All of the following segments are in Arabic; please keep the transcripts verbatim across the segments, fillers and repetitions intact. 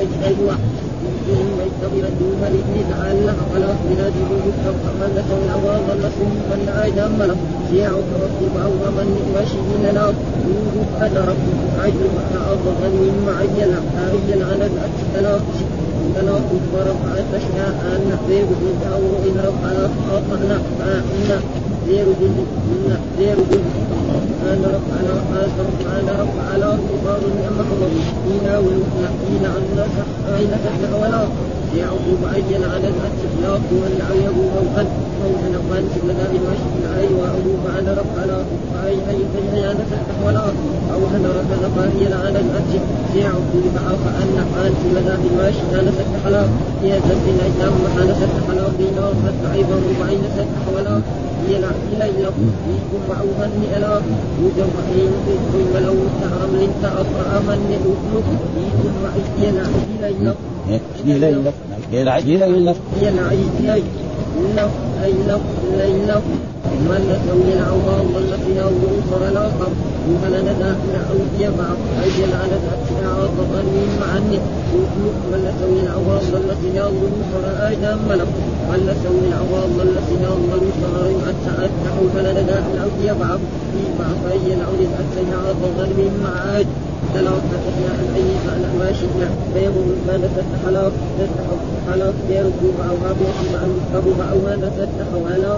أجوع فيهم يكتبر الدوم لإذن تعالى على بلاد يكتب من نسوا العوام والنسوا من آدم ملك سيع ربك أو من ماشي لنا يوجد أنا ربك عجل مع أفضل مما عجل عجل على الأكتلاف تلاف ورفع تشاء أن غير جد أو إن رفع أطعنا فأنا غير جد غير جد أن رفع أن رفع على كبار المخلوق إلى ولوكنا إلى أن أين تحت ولا يعقوب أجل على الأتلاف والعيب والقد موجن قال سبنا بمشي العي وعقوب على رفع على أي أي فجأة أن تحت ولا أو أن رفع فهي على الأتلاف يعقوب فأن قال سبنا بمشي أن تحت ولا هي تبين أيام محل تحت ولا دينار حتى أيضا ربعين تحت ولا إلى إلى يكون معوها إلى وجمعين ثم لو تعرم لنت أطرع من يؤمن يكون معي إلى إلى إلى إلى إلى إلى إلى إلى إلى إلى إلى من نسوي العوام والتي ينظر صلاقا وفلندا نعود يبع أجل على الأسعار تظنين معني من نسوي العوام والتي ينظر صلاقا ملك من نسوي العوام والتي ينظر صلاقا أتسعى فلندا نعود يبع يبع فأجل على الأسعار تظنين معاج ثلاثة أشياء أي فعل ما شئنا فيقول ما نفتح حلاف نفتح حلاف يركوب أو هابي مع المكتب أو ما نفتح ولا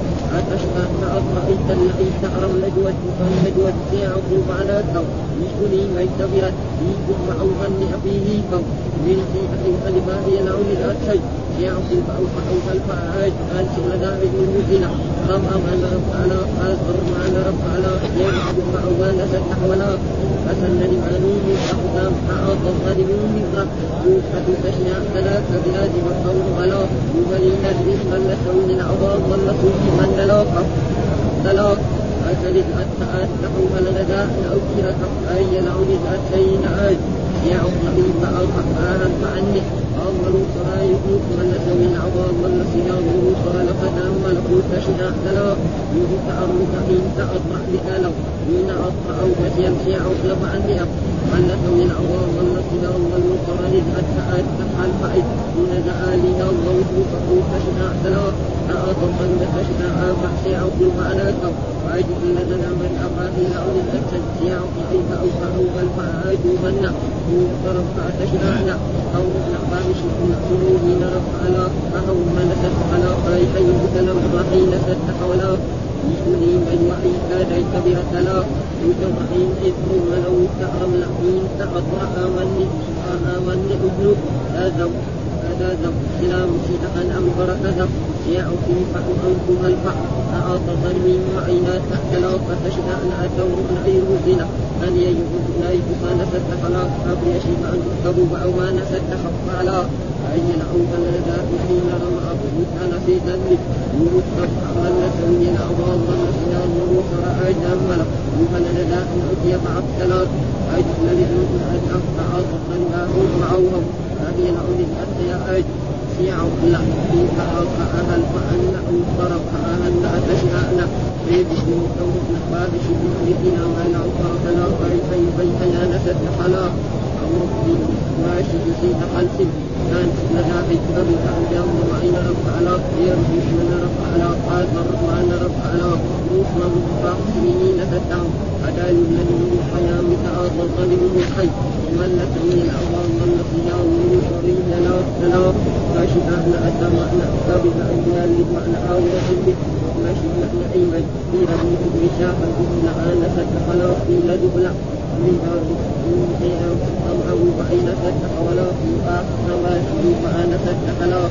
أتشفى أطرأ التلقي تعرم نجوة فالنجوة سيعقوب على الثو يشكلي ما يكتبرت يجب معوها لأبيه فو ملكي أخي خلفاء ينعون الأسج يعقوب أو فأوفى الفعاج قال سؤال داعي المزنة رم أمان رفع على قاصر معنا رفع على يجب معوها نفتح ولا فسن لمعنون أقدام أعطى الظالمون من رب يوحد تشنع ثلاثة بلاد والقول غلاف يبلين الرزق النسوي العظام والنسوي من دلاقه دلاق أسلت أتساءت نحو فلندا أوكرة أي نعود أتسين عاد يعود نبيب أوحفاها فعني أمروا سرايكم من نسوي العظام والنسوي أمروا سرالقة ملكوا تشنع دلاق يجب أمرك إن تأطرح بألو إن أطرح أو فسيمشي أطلب عني أب من نسوي العظام والنسوي أمروا سرالد أتساءت تفعل فأيد من دعاليها الله فقود تشنع دلاق أعطم أن تشنع فحسي أطلب عناكم وأجد لنا من أقاتل أولي الأسد سيعط كيف أوفعوا فالفعاج منا وطرف فأتشنعنا أو نعبام شكل سنوهين رفع على أهو من نسد على قريحي بسلم رحين سد حولا يشملين من وحي كاد يكبر الثلاث وجمعين إذن ولو تعرم لحين تأطرع آمن آمن أبلغ هذا هذا ذب سلام سيدقا أمبر كذب يعطي فأنتها الفعل أعطى ظلمين معينا تحتلا فتشنعنا أتور غير زنا أن يجب لا يجب نسد خلاق أبر يشيب أن تكتبوا أو ما نسد خفالا أي نعوذ لنا حين رمى أبو كان في ذنب ورتب عمل نسوي العظام ونسيا النروح رأي جملا وفلنا نعطي بعض ثلاث أجل لذنب أجل تعاطى الله معهم هذه نعوذ الأسياء أجل يعود لا فيك أوقعها الفأن أو طرفها أن أتشنعنا فيبشن وكورنا بابش بمهلكنا وأن أوقعنا فيفي فيفي نسد حلا أو ربي واشي جسيد خلص كان لنا في كتاب تعجام وعين رفع على خير من رفع على قادر وأن رفع على روحنا مطفاق سنين تدعو أدال الذي الحياة متعاطى ظلم الحي ومن نسمي الأعوام والنصيان ونصرين لنا لنا فاشفاءنا أتمعنا ثابت عندنا لمعنى عاورة به ماشينا نعيما في ربي كبر شافا كنا آن ستخلا في لدبنا من باب المحيئة أمعه بعين ستخلا في آخر ماشي فآن ستخلا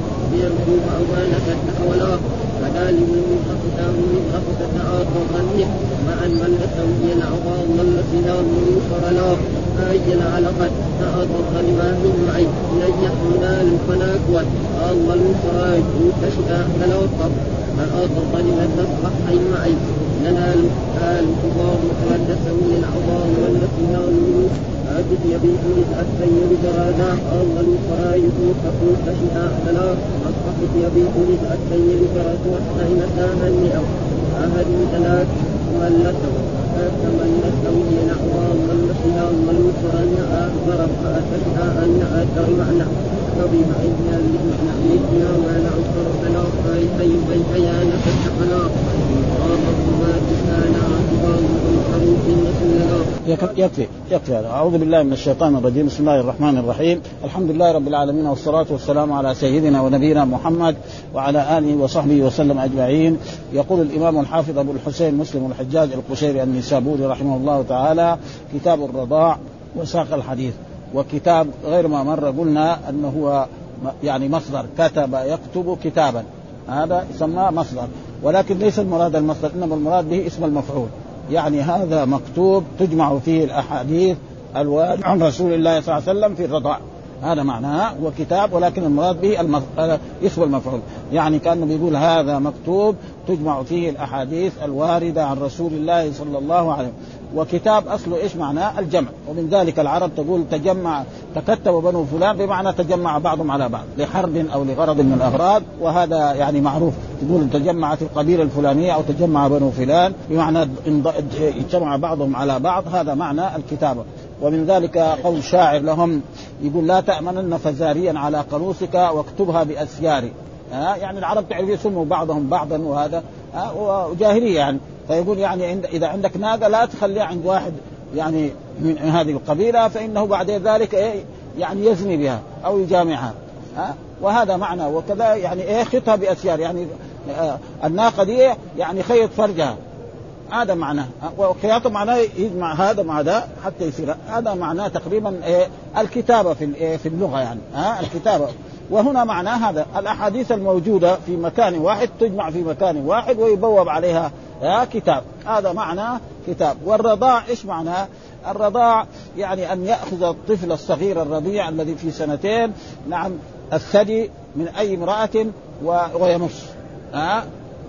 يرجوب أوان فتحولا فذلك من خفتاه من خفت تعاطى ظنه مع من نسوي العظام والنسيان ونصر لا أجل على قد تعاطى ظلماه معي نجحنا للفناكوة الله الفراج وتشكى تلوطف فالأرض ظلمة تصبح حي معي ننال آل كبار وقد نسوي العظام والنسيان ونصر أجد يبيت لتأثير جرادا الله الفراج وتقول تشكى تلوطف أصبحت يبيت لتأثير جرادا وحين ساها النئو أهد ثلاث ملته تمنت أولي الأعوام والمسلم والمسر أنها أخبرت فأتتها أنها ترمعنا طبيب عندنا لمعنى مثلنا وأنا أخبر فلا فأي بيان فتحنا وقال كان عاقبا وأنكروا في النسل يكفي يكفي هذا. أعوذ بالله من الشيطان الرجيم. بسم الله الرحمن الرحيم. الحمد لله رب العالمين والصلاة والسلام على سيدنا ونبينا محمد وعلى آله وصحبه وسلم أجمعين. يقول الإمام الحافظ أبو الحسين مسلم الحجاج القشيري النسابوري رحمه الله تعالى: كتاب الرضاع وساق الحديث. وكتاب غير ما مر قلنا أنه هو يعني مصدر كتب يكتب كتابا، هذا يسمى مصدر، ولكن ليس المراد المصدر، إنما المراد به اسم المفعول. يعني هذا مكتوب تجمع فيه الأحاديث الواردة عن رسول الله صلى الله عليه وسلم في الرضاع، هذا معناه وكتاب، ولكن المراد به المف... اسم المفعول. يعني كأنه بيقول هذا مكتوب تجمع فيه الأحاديث الواردة عن رسول الله صلى الله عليه وسلم. وكتاب أصله إيش معناه؟ الجمع. ومن ذلك العرب تقول تجمع تكتب بنو فلان، بمعنى تجمع بعضهم على بعض لحرب أو لغرض من الأغراض، وهذا يعني معروف. تقول تجمعت القبيلة الفلانية أو تجمع بنو فلان، بمعنى اجتمع بعضهم على بعض، هذا معنى الكتابة. ومن ذلك قول شاعر لهم يقول: لا تأمنن فزاريا على قلوسك واكتبها بأسياري. آه يعني العرب تعرف يسموا بعضهم بعضا، وهذا آه وجاهلية يعني. فيقول يعني عند إذا عندك ناقة لا تخليها عند واحد يعني من هذه القبيلة، فإنه بعد ذلك إيه يعني يزني بها أو يجامعها. آه وهذا معنى. وكذا يعني إيه خطها بأسيار، يعني آه الناقة دي يعني خيط فرجها، هذا معناه. وخياطه معناه يجمع هذا مع هذا حتى يصير، هذا معناه تقريبا إيه الكتابة في إيه في اللغة يعني ها الكتابة. وهنا معناه هذا الأحاديث الموجودة في مكان واحد تجمع في مكان واحد ويبوب عليها ها كتاب، هذا معناه كتاب. والرضاع إيش معناه؟ الرضاع يعني أن يأخذ الطفل الصغير الرضيع الذي في سنتين نعم الثدي من أي امرأة ويمص. ها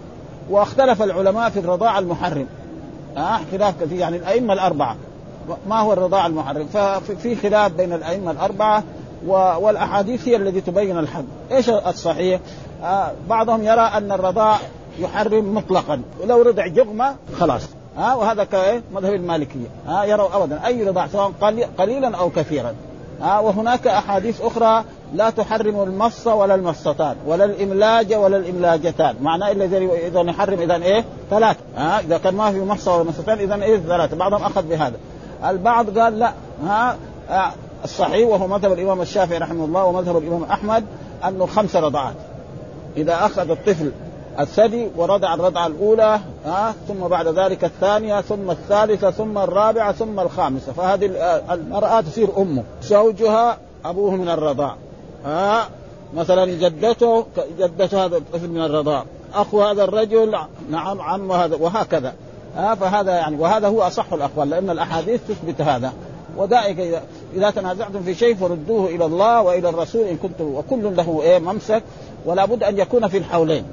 واختلف العلماء في الرضاع المحرم، ها خلاف كثير يعني الأئمة الأربعة ما هو الرضاع المحرم، ففي خلاف بين الأئمة الأربعة، والأحاديث هي التي تبين الحد. إيش الصحيح؟ آه بعضهم يرى أن الرضاع يحرم مطلقا، ولو رضع جغمة خلاص. ها وهذا كمذهب المالكية، ها يروا أبدا أي رضاع سواء قليلا أو كثيرا. ها وهناك أحاديث أخرى لا تحرم المص ولا المصتان ولا الإملاج ولا الإملاجتان، معناه إلا إذا نحرم إذا إيه ثلاث. ها إذا كان ما في مص ولا مصتان إذا إيه ثلاثة. بعضهم أخذ بهذا، البعض قال لا. ها آه الصحيح وهو مذهب الإمام الشافعي رحمه الله ومذهب الإمام أحمد أنه خمس رضعات. إذا أخذ الطفل الثدي ورضع الرضعة الأولى ها ثم بعد ذلك الثانية ثم الثالثة ثم الرابعة ثم الخامسة، فهذه المرأة تصير أمه، زوجها أبوه من الرضاع، ها مثلا جدته جدته هذا الطفل من الرضاع، أخو هذا الرجل نعم عم هذا، وهكذا. ها فهذا يعني وهذا هو أصح الأقوال، لأن الأحاديث تثبت هذا. ودائما إذا تنازعتم في شيء فردوه إلى الله وإلى الرسول إن كنتم، وكل له إيه ممسك، ولا بد أن يكون في الحولين.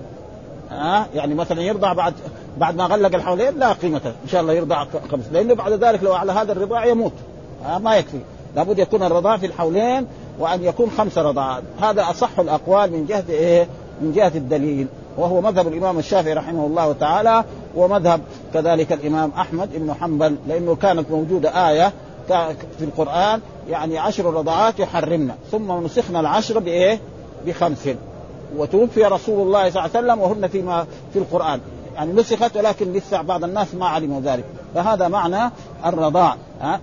ها يعني مثلا يرضع بعد بعد ما غلق الحولين لا قيمة إن شاء الله يرضع خمس، لأنه بعد ذلك لو على هذا الرضاع يموت. ها ما يكفي، لابد يكون الرضاع في الحولين وأن يكون خمس رضعات. هذا أصح الأقوال من جهة إيه من جهة الدليل، وهو مذهب الإمام الشافعي رحمه الله تعالى، ومذهب كذلك الإمام أحمد بن حنبل، لأنه كانت موجودة آية في القرآن يعني عشر رضعات يحرمنا، ثم نسخنا العشر بإيه بخمس، وتوفي رسول الله صلى الله عليه وسلم وهن فيما في القرآن يعني نسخت، ولكن لسه بعض الناس ما علموا ذلك. فهذا معنى الرضاع. ها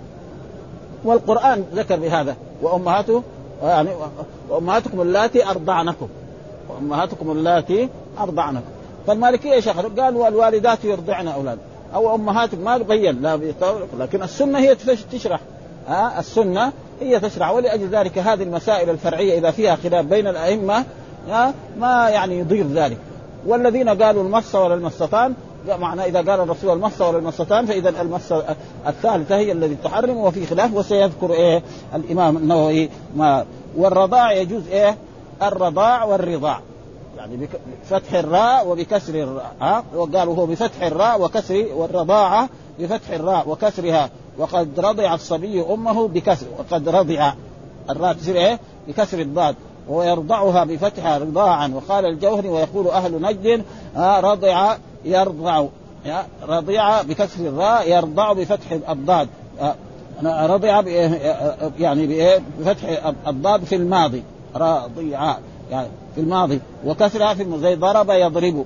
والقرآن ذكر بهذا: وأمهاته يعني وأمهاتكم اللاتي أرضعنكم، وأمهاتكم اللاتي أرضعنكم. فالمالكية يا شيخ قالوا والوالدات يرضعن أولاد أو أمهاتكم، ما بين لا، لكن السنة هي تشرح. ها السنة هي تشرح، ولأجل ذلك هذه المسائل الفرعية إذا فيها خلاف بين الأئمة ما يعني يضير ذلك. والذين قالوا المص ولا المصتان، معنى إذا قال الرسول المص ولا المصتان فإذا المص الثالثة هي الذي تحرم، وفي خلاف. وسيذكر إيه الإمام النووي ما. والرضاع يجوز إيه الرضاع والرضاع، يعني بفتح الراء وبكسر الراء. ها وقالوا هو بفتح الراء وكسر، والرضاعة بفتح الراء وكسرها. وقد رضع الصبي أمه بكسر، وقد رضع الراء تصير إيه بكسر الضاد، ويرضعها بفتحها رضاعا. وقال الجوهري ويقول أهل نجد رضع يرضع، رضيع بكسر الراء، يرضع بفتح الضاد، رضيع يعني بفتح الضاد في الماضي، رضيع يعني في الماضي، وكسرها في زي ضرب يضرب،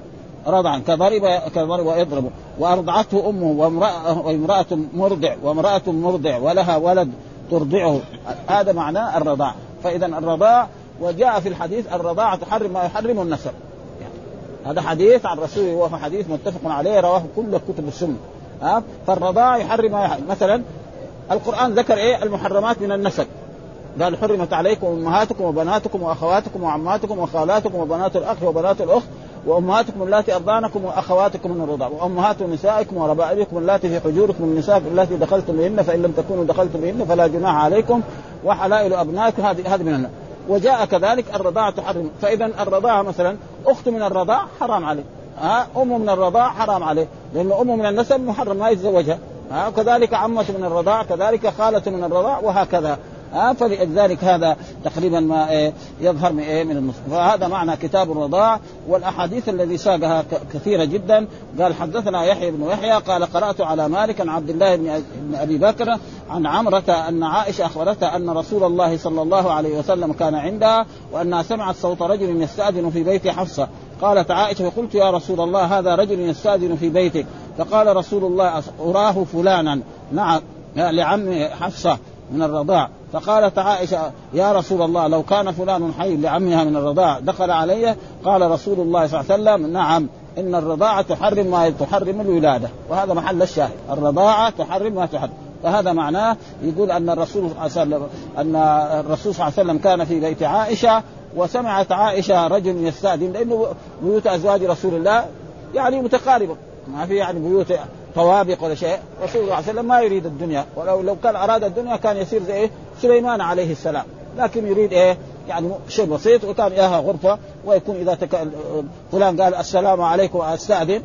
رضعا كضرب كضرب ويضرب. وأرضعته أمه وامرأة, وامرأة مرضع وامرأة مرضع ولها ولد ترضعه، هذا معناه الرضاع. فإذا الرضاع، وجاء في الحديث الرضاعة تحرم ما يحرم النسب، يعني هذا حديث عن رسوله وهو حديث متفق عليه رواه كل كتب السنة. ها فالرضاع يحرم ما يحرم. مثلا القرآن ذكر إيه المحرمات من النسب، قال حرمت عليكم أمهاتكم وبناتكم وأخواتكم وعماتكم وخالاتكم وبنات الأخ وبنات الأخت وأمهاتكم اللاتي أرضعنكم وأخواتكم من الرضاعة وأمهات نسائكم وربائبكم اللاتي في حجوركم من النساء اللاتي دخلتم بهن فإن لم تكونوا دخلتم بهن فلا جناح عليكم وحلائل أبنائكم، هذه هذه من النساء. وجاء كذلك الرضاعة تحرم. فإذا الرضاعة مثلا أخت من الرضاع حرام عليه، ها أم من الرضاع حرام عليه، لأن أم من النسب محرم ما يتزوجها، ها كذلك عمة من الرضاع، كذلك خالة من الرضاع، وهكذا. ها فلذلك هذا تقريبا ما إيه يظهر من إيه من النص. فهذا معنى كتاب الرضاع. والأحاديث الذي ساقها كثيرة جدا. قال حدثنا يحيى بن يحيى قال قرأت على مالك عن عبد الله بن أبي بكر عن عمرة أن عائشة أخبرتها أن رسول الله صلى الله عليه وسلم كان عندها وأنها سمعت صوت رجل يستأذن في بيت حفصة. قالت عائشة فقلت يا رسول الله هذا رجل يستأذن في بيتك، فقال رسول الله أراه فلانا، نعم لعم حفصة من الرضاع. فقالت عائشة يا رسول الله لو كان فلان حي لعمها من الرضاع دخل عليه؟ قال رسول الله صلى الله عليه وسلم نعم إن الرضاعة تحرم ما تحرم الولادة. وهذا محل الشاهد، الرضاعة تحرم ما تحرم. فهذا معناه يقول أن الرسول صلى الله عليه وسلم أن الرسول صلى الله عليه وسلم كان في بيت عائشة وسمعت عائشة رجل يستأذن، لأنه بيوت أزواج رسول الله يعني متقاربة، ما في يعني بيوت طوابق ولا شيء. رسول الله صلى الله عليه وسلم ما يريد الدنيا، ولو لو كان أراد الدنيا كان يصير زي إيه سليمان عليه السلام، لكن يريد إيه يعني شيء بسيط، وكان إياها غرفة ويكون إذا تك... فلان قال السلام عليكم أستأذن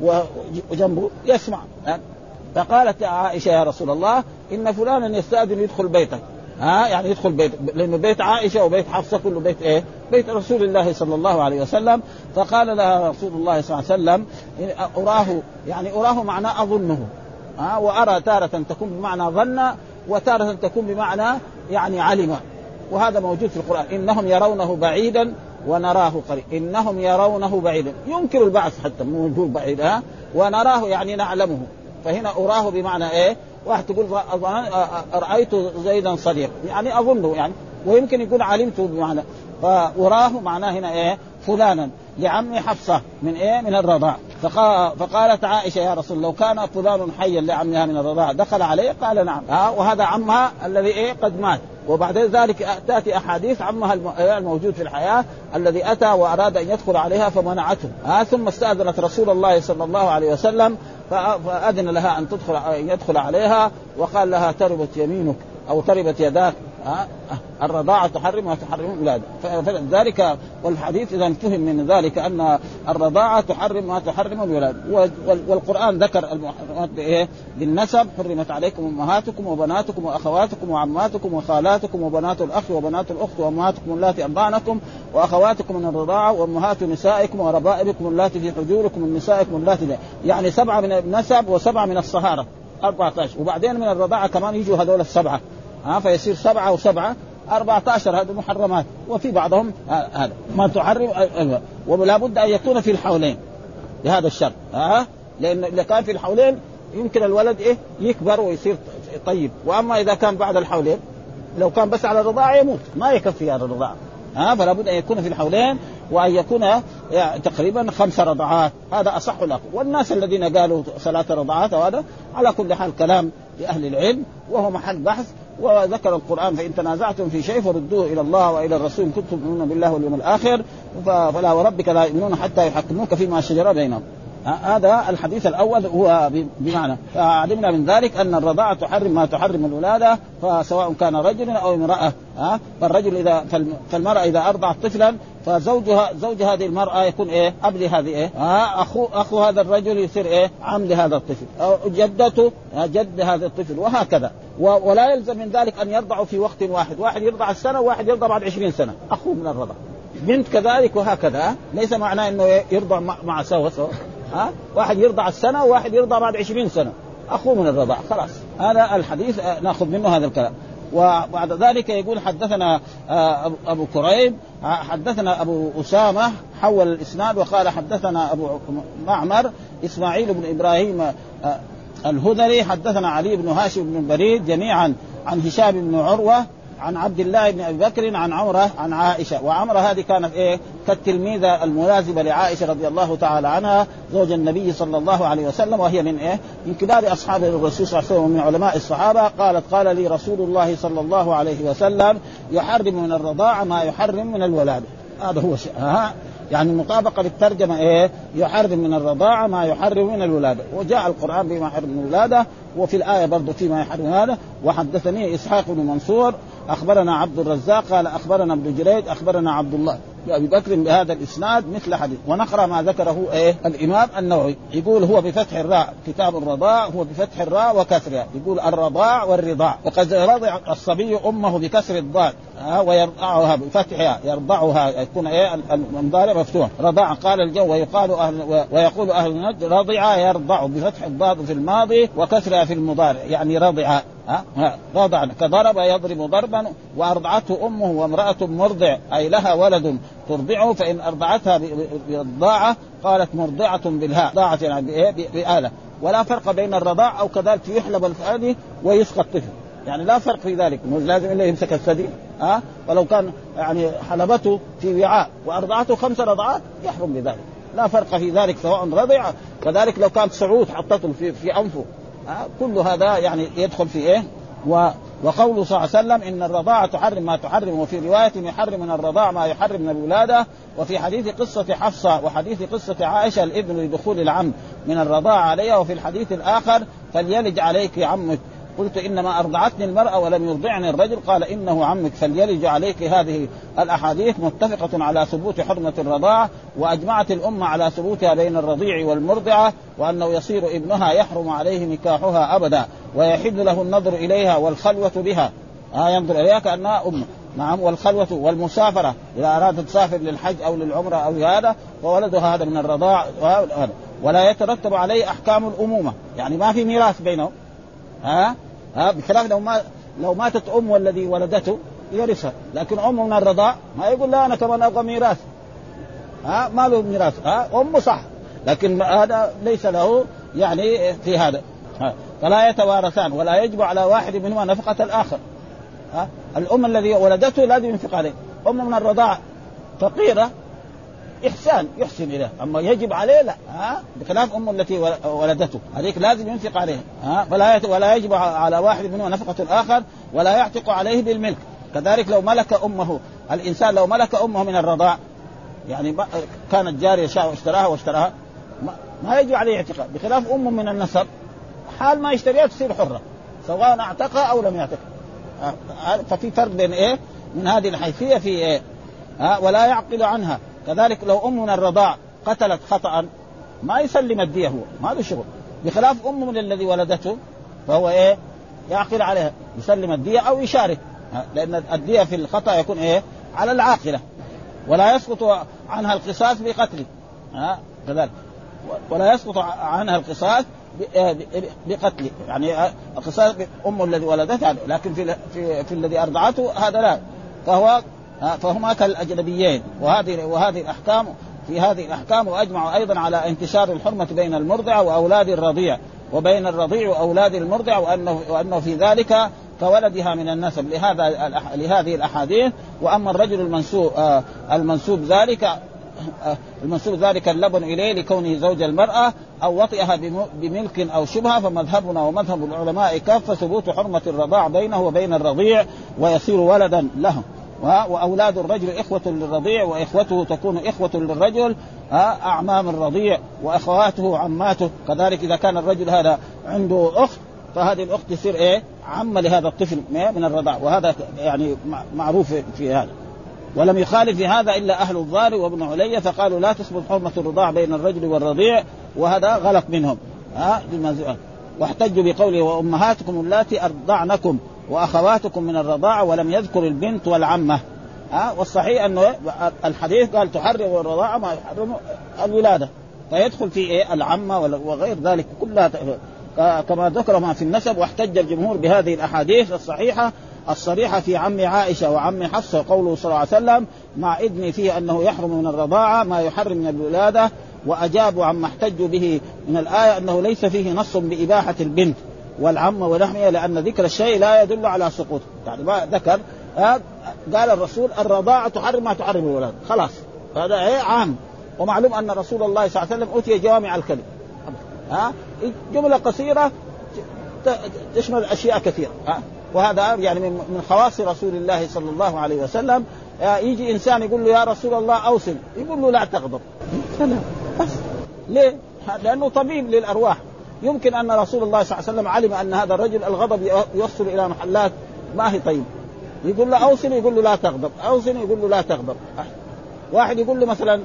وجنبه يسمع. فقالت عائشة يا رسول الله إن فلانا يستأذن يدخل بيتك، ها يعني يدخل بيت، لأنه بيت عائشة وبيت حفصة كله بيت إيه بيت رسول الله صلى الله عليه وسلم. فقال لها رسول الله صلى الله عليه وسلم أراه، يعني أراه معناه أظنه، ها وأرى تارة تكون بمعنى ظن وتارة تكون بمعنى يعني علم، وهذا موجود في القرآن. إنهم يرونه بعيدا ونراه قريب، إنهم يرونه بعيدا ينكر البعث حتى موجود بعيد، ها ونراه يعني نعلمه. فهنا أراه بمعنى إيه، واحد تقول رأيت زيدا صديق يعني أظنه يعني، ويمكن يقول علمته بمعنى. فأراه معناه هنا إيه فلانا لعم حفصة من إيه من الرضاع. فقالت عائشة يا رسول لو كان فلان حيا لعمها من الرضاع دخل عليه؟ قال نعم، ها وهذا عمها الذي إيه قد مات. وبعد ذلك تأتي أحاديث عمها الموجود في الحياة الذي أتى وأراد أن يدخل عليها فمنعته، ها ثم استأذنت رسول الله صلى الله عليه وسلم فأذن لها أن تدخل يدخل عليها، وقال لها تربت يمينك أو تربت يداك، الرضاعة تحرم وتحرم الولادة. فذلك والحديث إذا فهم من ذلك أن الرضاعة تحرم ما تحرم الولادة. والقرآن ذكر المحرمات بإيه بالنسب، حرمت عليكم أمهاتكم وبناتكم وأخواتكم وعماتكم وخالاتكم وبنات الأخ وبنات الأخت وأمهاتكم اللاتي أرضعنكم وأخواتكم من الرضاعة وأمهات نسائكم وربائبكم اللاتي في حجوركم من نسائكم اللاتي، يعني سبعة من النسب وسبعة من الصهارة أربعة عشر، وبعدين من الرضاعة كمان يجوا هذول السبعة، ها فيصير سبعة وسبعة أربعة عشر، هذه محرمات. وفي بعضهم هذا ما تحرم، ولا بد أن يكون في الحولين لهذا الشرط، ها لأن إذا كان في الحولين يمكن الولد إيه يكبر ويصير طيب، وأما إذا كان بعد الحولين لو كان بس على الرضاعة يموت ما يكفي على الرضاعة، ها فلا بد أن يكون في الحولين وأن يكون يعني تقريبا خمس رضعات، هذا أصح له. والناس الذين قالوا ثلاث رضعات وهذا على كل حال كلام لأهل العلم وهو محل بحث. وذكر القرآن فإن تنازعتم في شيء فردوه إلى الله وإلى الرسول إن كنتم تؤمنون بالله واليوم الآخر فلا وربك لا يؤمنون حتى يحكموك فيما شجر بينهم. هذا الحديث الأول هو بمعنى. فعلمنا من ذلك أن الرضاعة تحرم ما تحرم الولادة، فسواء كان رجل أو امرأة. ها فالرجل إذا فالمرأة إذا أرضعت طفلا فزوجها زوج هذه المرأة يكون إيه أب لهذه إيه ها أخو أخو هذا الرجل يصير إيه عم لهذا الطفل، أو جدته جد هذا الطفل، وهكذا. ولا يلزم من ذلك أن يرضعوا في وقت واحد، واحد يرضع السنة وواحد يرضع بعد عشرين سنة أخوه من الرضع، بنت كذلك وهكذا. ليس معناه إنه يرضع مع سوا سوا ها واحد يرضع السنة وواحد يرضع بعد عشرين سنة أخوه من الرضاع خلاص. هذا الحديث نأخذ منه هذا الكلام. وبعد ذلك يقول حدثنا أبو كريب حدثنا أبو أسامة حول الإسناد وقال حدثنا أبو معمر إسماعيل بن إبراهيم الهذلي حدثنا علي بن هاشم بن بريد جميعا عن هشام بن عروة عن عبد الله بن أبي بكر عن عمرة عن عائشة. وعمرة هذه كانت إيه كالتلميذة الملازمة لعائشة رضي الله تعالى عنها زوج النبي صلى الله عليه وسلم، وهي من إيه من كبار أصحاب الرسول صلى الله عليه وسلم ومن علماء الصحابة. قالت قال لي رسول الله صلى الله عليه وسلم يحرم من الرضاعة ما يحرم من الولادة. هذا هو شيء ها يعني مطابقة بالترجمة إيه يحرم من الرضاعة ما يحرم من الولادة، وجاء القرآن بما يحرم من الولادة وفي الآية برضو فيما يحرم هذا. وحدثني إسحاق بن منصور أخبرنا عبد الرزاق قال أخبرنا ابن جريج أخبرنا عبد الله أبي بكر بهذا الإسناد مثل حديث. ونقرأ ما ذكره إيه الإمام النووي يقول هو بفتح الراء كتاب الرضاع هو بفتح الراء وكسرها، يقول الرضاع والرضاع. وقد رضع الصبي أمه بكسر الضاد ها ويرضعها بفتحها يرضعها يكون إيه المضارع مفتوح رضاع. قال الجو ويقال أهل ويقول أهل النجد رضع يرضع بفتح الضاد في الماضي وكسرها في المضارع يعني رضع ها رضع كضرب يضرب ضربا. وأرضعته أمه وامرأة مرضع أي لها ولد ترضعه فإن أرضعتها بالضاعة قالت مرضعة بالهاء ضاعة يعني بآلة. ولا فرق بين الرضاع أو كذلك يحلب الثاني ويسقط طفل يعني لا فرق في ذلك مش لازم إلا يمسك الثدي ها. ولو كان يعني حلبته في وعاء وأرضعته خمس رضعات يحرم بذلك لا فرق في ذلك سواء رضع. كذلك لو كانت سعود حطته في, في أنفه ها كل هذا يعني يدخل في إيه. و وقوله صلى الله عليه وسلم إن الرضاعة تحرم ما تحرم وفي رواية يحرم من الرضاعة ما يحرم من الولادة. وفي حديث قصة حفصة وحديث قصة عائشة الابن لدخول العم من الرضاعة عليها. وفي الحديث الآخر فليلج عليك عمك قلت إنما أرضعتني المرأة ولم يرضعني الرجل قال إنه عمك فليلج عليك. هذه الأحاديث متفقة على ثبوت حرمة الرضاعة وأجمعت الأمة على ثبوتها بين الرضيع والمرضعة وأنه يصير ابنها يحرم عليه نكاحها أبدا ويحل له النظر إليها والخلوة بها آه ينظر إليها كأنها أمه نعم. والخلوة والمسافرة إذا أرادت تسافر للحج أو للعمرة أو هذا فولدها هذا من الرضاع. ولا يترتب عليه أحكام الأمومة يعني ما في ميراث بينهم ها ها بخلاف لو ما لو ماتت أم والذي ولدته يرثها. لكن أم من الرضاع ما يقول لا أنا كمان أبغى ميراث ها ما له ميراث ها أم صح لكن هذا ليس له يعني في هذا ها. فلا يتوارثان ولا يجب على واحد منهما نفقة الآخر ها. الأم الذي ولدته لازم ينفق عليه. أم من الرضاع فقيرة إحسان يحسن إليه أما يجب عليه لا ها بخلاف أم التي ولدته هذيك لازم ينفق عليه ها. فلا ولا يجب على واحد منهما نفقة الآخر ولا يعتق عليه بالملك. كذلك لو ملك أمه الإنسان لو ملك أمه من الرضاع يعني كانت جارية شاء واشتراها واشتراها ما يجب عليه اعتقاء بخلاف أم من النسب حال ما يشتريها تصير حرة سواء اعتقها أو لم يعتق. ففي فرق بين إيه من هذه الحيثية في إيه ها. ولا يعقل عنها. كذلك لو أم من الرضاع قتلت خطأ ما يسلم الدية هو ما هذا الشغل بخلاف أم من الذي ولدته فهو إيه يعقل عليها يسلم الدية أو يشارك لأن الدية في الخطأ يكون إيه على العاقلة. ولا يسقط عنها القصاص بقتل ها كذلك ولا يسقط عنها القصاص بقتل يعني القصاص أم الذي ولدته لكن في في, في الذي أرضعته هذا لا فهو فهما كالأجنبيين. وهذه وهذه الأحكام في هذه الأحكام. وأجمعوا أيضا على انتشار الحرمة بين المرضع وأولاد الرضيع وبين الرضيع وأولاد المرضع وأنه وأنه في ذلك كولدها من النسب لهذا لهذه الأحاديث. وأما الرجل المنسوب آه المنسوب ذلك آه المنسوب ذلك اللبن إليه لكونه زوج المرأة أو وطئها بملك أو شبهة فمذهبنا ومذهب العلماء كافة ثبوت حرمة الرضاع بينه وبين الرضيع ويصير ولدا له. وأولاد الرجل إخوة للرضيع وإخوته تكون إخوة للرجل أعمام الرضيع وأخواته عماته. كذلك إذا كان الرجل هذا عنده أخت فهذه الأخت تصير إيه عمة لهذا الطفل من الرضاع. وهذا يعني معروف في هذا. ولم يخالف في هذا إلا أهل الظاهر وابن علي فقالوا لا تثبت حرمة الرضاع بين الرجل والرضيع وهذا غلط منهم ها. واحتجوا بقوله وأمهاتكم اللاتي أرضعنكم وأخواتكم من الرضاعة ولم يذكر البنت والعمة ها. والصحيح أنه الحديث قال تحرم الرضاعة ما يحرم الولادة فيدخل في إيه العمة وغير ذلك كلها كما ذكر ما في النسب. واحتج الجمهور بهذه الأحاديث الصحيحة الصريحة في عم عائشة وعم حفصة قوله صلى الله عليه وسلم مع إذن فيه أنه يحرم من الرضاعة ما يحرم من الولادة. وأجابوا عما احتجوا به من الآية أنه ليس فيه نص بإباحة البنت والعم ولحمها لأن ذكر الشيء لا يدل على سقوطه. يعني ما ذكر قال الرسول الرضاعة تحرم ما تحرم الولادة خلاص هذا إيه عام. ومعلوم أن رسول الله صلى الله عليه وسلم أتي جوامع الكلم ها جملة قصيرة تشمل أشياء كثيرة ها. وهذا يعني من خواص رسول الله صلى الله عليه وسلم. يجي إنسان يقول له يا رسول الله أوصل يقول له لا تغضب سلام بس. ليه؟ لأنه طبيب للأرواح. يمكن أن رسول الله صلى الله عليه وسلم علم أن هذا الرجل الغضب يوصل إلى محلات ما هي طيب يقول له أوصل يقول له لا تغضب أوصل يقول له لا تغضب. واحد يقول له مثلا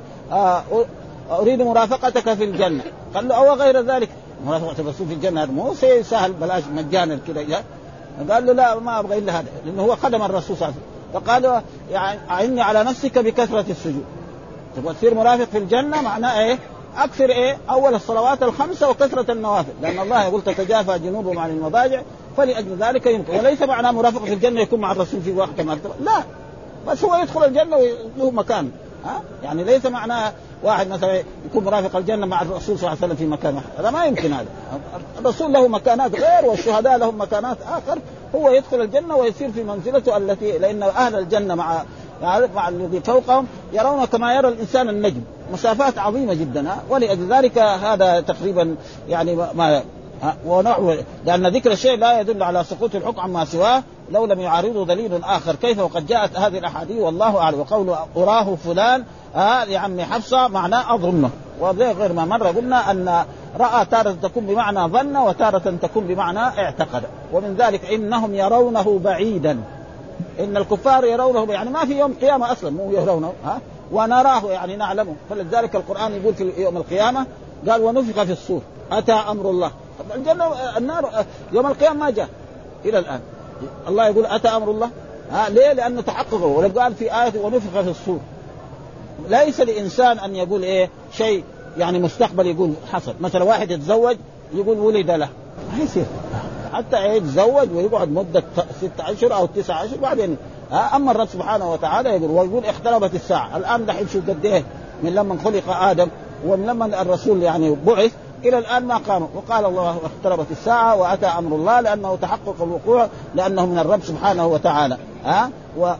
أريد مرافقتك في الجنة قال له أو غير ذلك مرافقة الرسول في الجنة مو شيء سهل بلاش مجانا كده. قال له لا ما أبغى إلا هذا لأنه هو خدم الرسول صلى الله عليه وسلم. فقال يعني أعني على نفسك بكثرة السجود تبغى تصير مرافق في الجنة معناه إيه أكثر إيه أول الصلوات الخمسة وكثرة النوافل لأن الله يقول تتجافى جنوبهم عن المضاجع فلأجل ذلك يمكن. وليس معناه مرافق في الجنة يكون مع الرسول في وقت مرتبة لا بس هو يدخل الجنة وله مكان ها. يعني ليس معناه واحد مثلا يكون مرافق الجنة مع الرسول صلى الله عليه وسلم في مكان هذا ما يمكن. هذا الرسول له مكانات غير والشهداء لهم مكانات آخر. هو يدخل الجنة ويصير في منزلته التي لأن أهل الجنة مع مع الذي فوقهم يرون كما يرى الإنسان النجم مسافات عظيمة جدا ها. ولذلك هذا تقريبا يعني ما ونوع لأن ذكر الشيء لا يدل على سقوط الحكم عما سواه لو لم يعارضه دليل آخر. كيف وقد جاءت هذه الأحاديث والله أعلم. وقول أراه فلان آه لعم حفصة معناه أظنه وغير ما مرة قلنا أن رأى تارة تكون بمعنى ظن وتارة تكون بمعنى اعتقد. ومن ذلك إنهم يرونه بعيدا إن الكفار يرونه يعني ما في يوم قيامة أصلا مو يرونه ها ونراه يعني نعلمه. فلذلك القرآن يقول في يوم القيامة قال ونفخ في الصور أتى أمر الله. الجنة النار يوم القيامة ما جاء إلى الآن. الله يقول أتى أمر الله ها ليه لأنه تحققه. ولقال في آية ونفخ في الصور ليس لإنسان أن يقول إيه شيء يعني مستقبل يقول حصل. مثلا واحد يتزوج يقول ولد له ما يصير حتى يتزوج ويقعد مدة ستة أشهر أو تسعة أشهر بعدين. أما الرب سبحانه وتعالى يقول ويقول اقتربت الساعة. الآن دحين شو قد إيه من لما خلق آدم ومن لما الرسول يعني بعث إلى الآن ما قاموا. وقال الله اقتربت الساعة وأتى أمر الله لأنه تحقق الوقوع لأنه من الرب سبحانه وتعالى ها و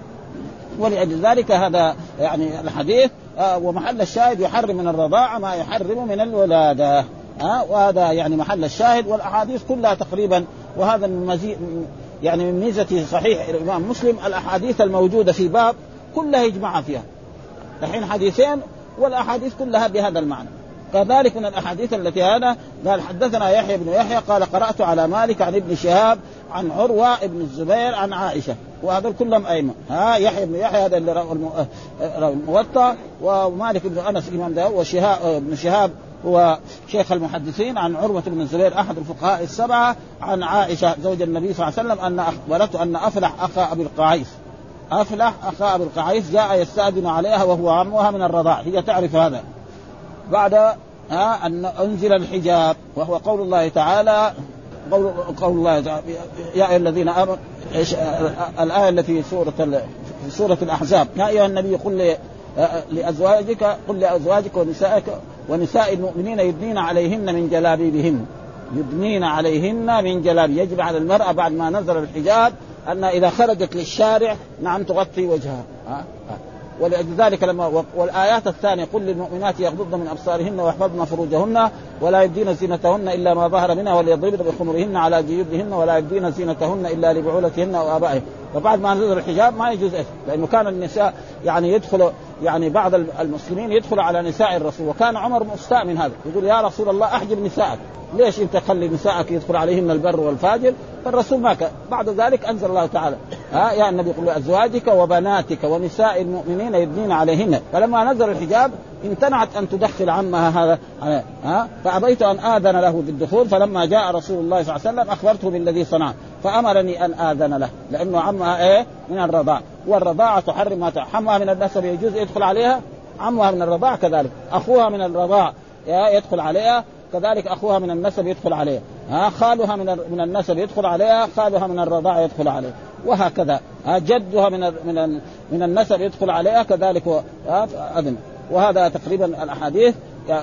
ولأجل ذلك هذا يعني الحديث آه ومحل الشاهد يحرم من الرضاعة ما يحرم من الولادة آه وهذا يعني محل الشاهد. والأحاديث كلها تقريبا وهذا من مزيد يعني من ميزة صحيح الإمام مسلم الأحاديث الموجودة في باب كلها يجمع فيها الحين حديثين والأحاديث كلها بهذا المعنى. كذلك من الأحاديث التي هذا قال حدثنا يحيى بن يحيى قال قرأت على مالك عن ابن شهاب عن عروة ابن الزبير عن عائشة وهذا كلهم أئمة ها. يحيى بن يحيى هذا اللي روى الموطأ ومالك بن أنس إمام ده وشهاب ابن شهاب هو شيخ المحدثين عن عروة بن الزبير أحد الفقهاء السبعة عن عائشة زوج النبي صلى الله عليه وسلم أن أخبرته أن أفلح أخا أبي القعيس أفلح أخا أبي القعيس جاء يستأذن عليها وهو عمها من الرضاع. هي تعرف هذا بعد أن أنزل الحجاب وهو قول الله تعالى قول, قول الله تعالى يا أيها الذين آمنوا الآية التي في سورة في سورة الأحزاب يا أيها النبي قل لأزواجك قل لأزواجك ونسائك ونساء المؤمنين يدنين عليهن من جلابيبهن يدنين عليهن من جلاب. يجب على المرأة بعد ما نزل الحجاب أن إذا خرجت للشارع نعم تغطي وجهها ها ها. ولذلك لما والآيات الثانية قل للمؤمنات يغضضن من أبصارهن ويحفظن فروجهن ولا يبدين زينتهن إلا ما ظهر منها وليضربن بخمرهن على جيوبهن ولا يبدين زينتهن إلا لبعولتهن وآبائهن. فبعد ما نزل الحجاب ما يجوز إيه لأنه كان النساء يعني يدخل يعني بعض المسلمين يدخل على نساء الرسول وكان عمر مستاء من هذا يقول يا رسول الله أحجب نساءك ليش أنت تخلي نساءك يدخل عليهن البر والفاجر. فالرسول ما كان. بعد ذلك أنزل الله تعالى ها يا النبي قل لأزواجك وبناتك ونساء المؤمنين يدنين عليهن. فلما نزل الحجاب امتنعت أن تدخل عمها هذا ها فأبيت أن آذن له بالدخول. فلما جاء رسول الله صلى الله عليه وسلم أخبرته بالذي صنع فأمرني أن آذن له لأنه عمها إيه من الرضاع والرضاعة تحرم ما تحرم. عمها من النسب يجوز يدخل عليها عمها من الرضاع كذلك أخوها من الرضاع يدخل عليها، كذلك أخوها من النسب يدخل عليها، ها خالها من من النسب يدخل عليها، خالها من الرضاع يدخل عليها، وهكذا جدها من من من النسب يدخل عليها كذلك أذن. وهذا تقريبا الأحاديث.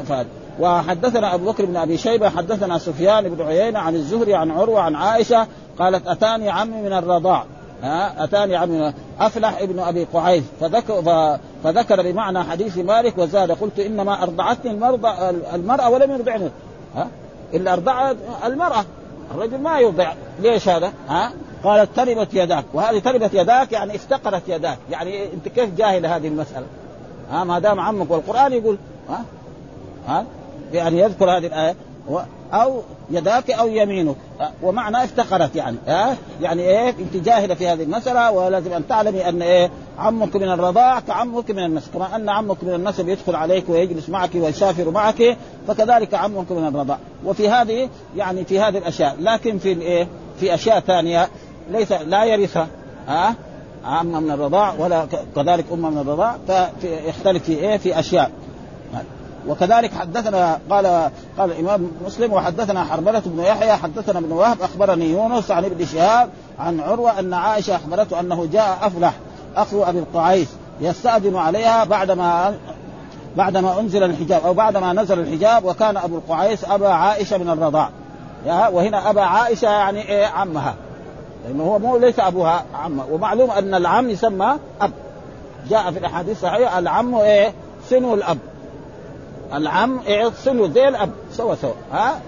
وحدثنا أبو بكر بن أبي شيبة حدثنا سفيان بن عيينة عن الزهري عن عروة عن عائشة قالت أتاني عمي من الرضاع، ها أتاني عمي أفلح ابن أبي قعيث فذكر, فذكر بمعنى حديث مالك وزاد قلت إنما أرضعتني المرضى المرأة ولم يرضعني، ها إلا أرضعت المرأة، الرجل ما يرضع. ليش هذا؟ ها قالت تربت يداك، وهذه تربت يداك يعني افتقرت يداك، يعني أنت كيف جاهل هذه المسألة؟ ها ما دام عمك والقرآن يقول ها ها يعني يذكر هذه الآية أو يداك أو يمينك، ومعنى افتقرت يعني ها يعني إيه أنت جاهلة في هذه المسألة، ولازم أن تعلمي أن إيه عمك من الرضاع كعمك من النسب، كما أن عمك من النسب يدخل عليك ويجلس معك ويسافر معك، فكذلك عمك من الرضاع. وفي هذه يعني في هذه الأشياء، لكن في الإيه في أشياء ثانية ليس لا يرثها ها عم من الرضاع ولا كذلك أم من الرضاع، فيختلف في إيه في أشياء. وكذلك حدثنا قال قال الإمام مسلم وحدثنا حرملة بن يحيى حدثنا ابن وهب أخبرني يونس عن ابن شهاب عن عروة أن عائشة أخبرته أنه جاء أفلح أخو أبي القعيث يستأذن عليها بعدما بعدما أنزل الحجاب أو بعدما نزل الحجاب، وكان أبو القعيث أبا عائشة من الرضاع، وهنا أبا عائشة يعني إيه عمها، لأنه هو مو ليس أبوها عمه. ومعلوم أن العم يسمى أب، جاء في الأحاديث الصحيحة العم إيه سنو الأب، العم إيه سنو زي الأب سوا سوا ها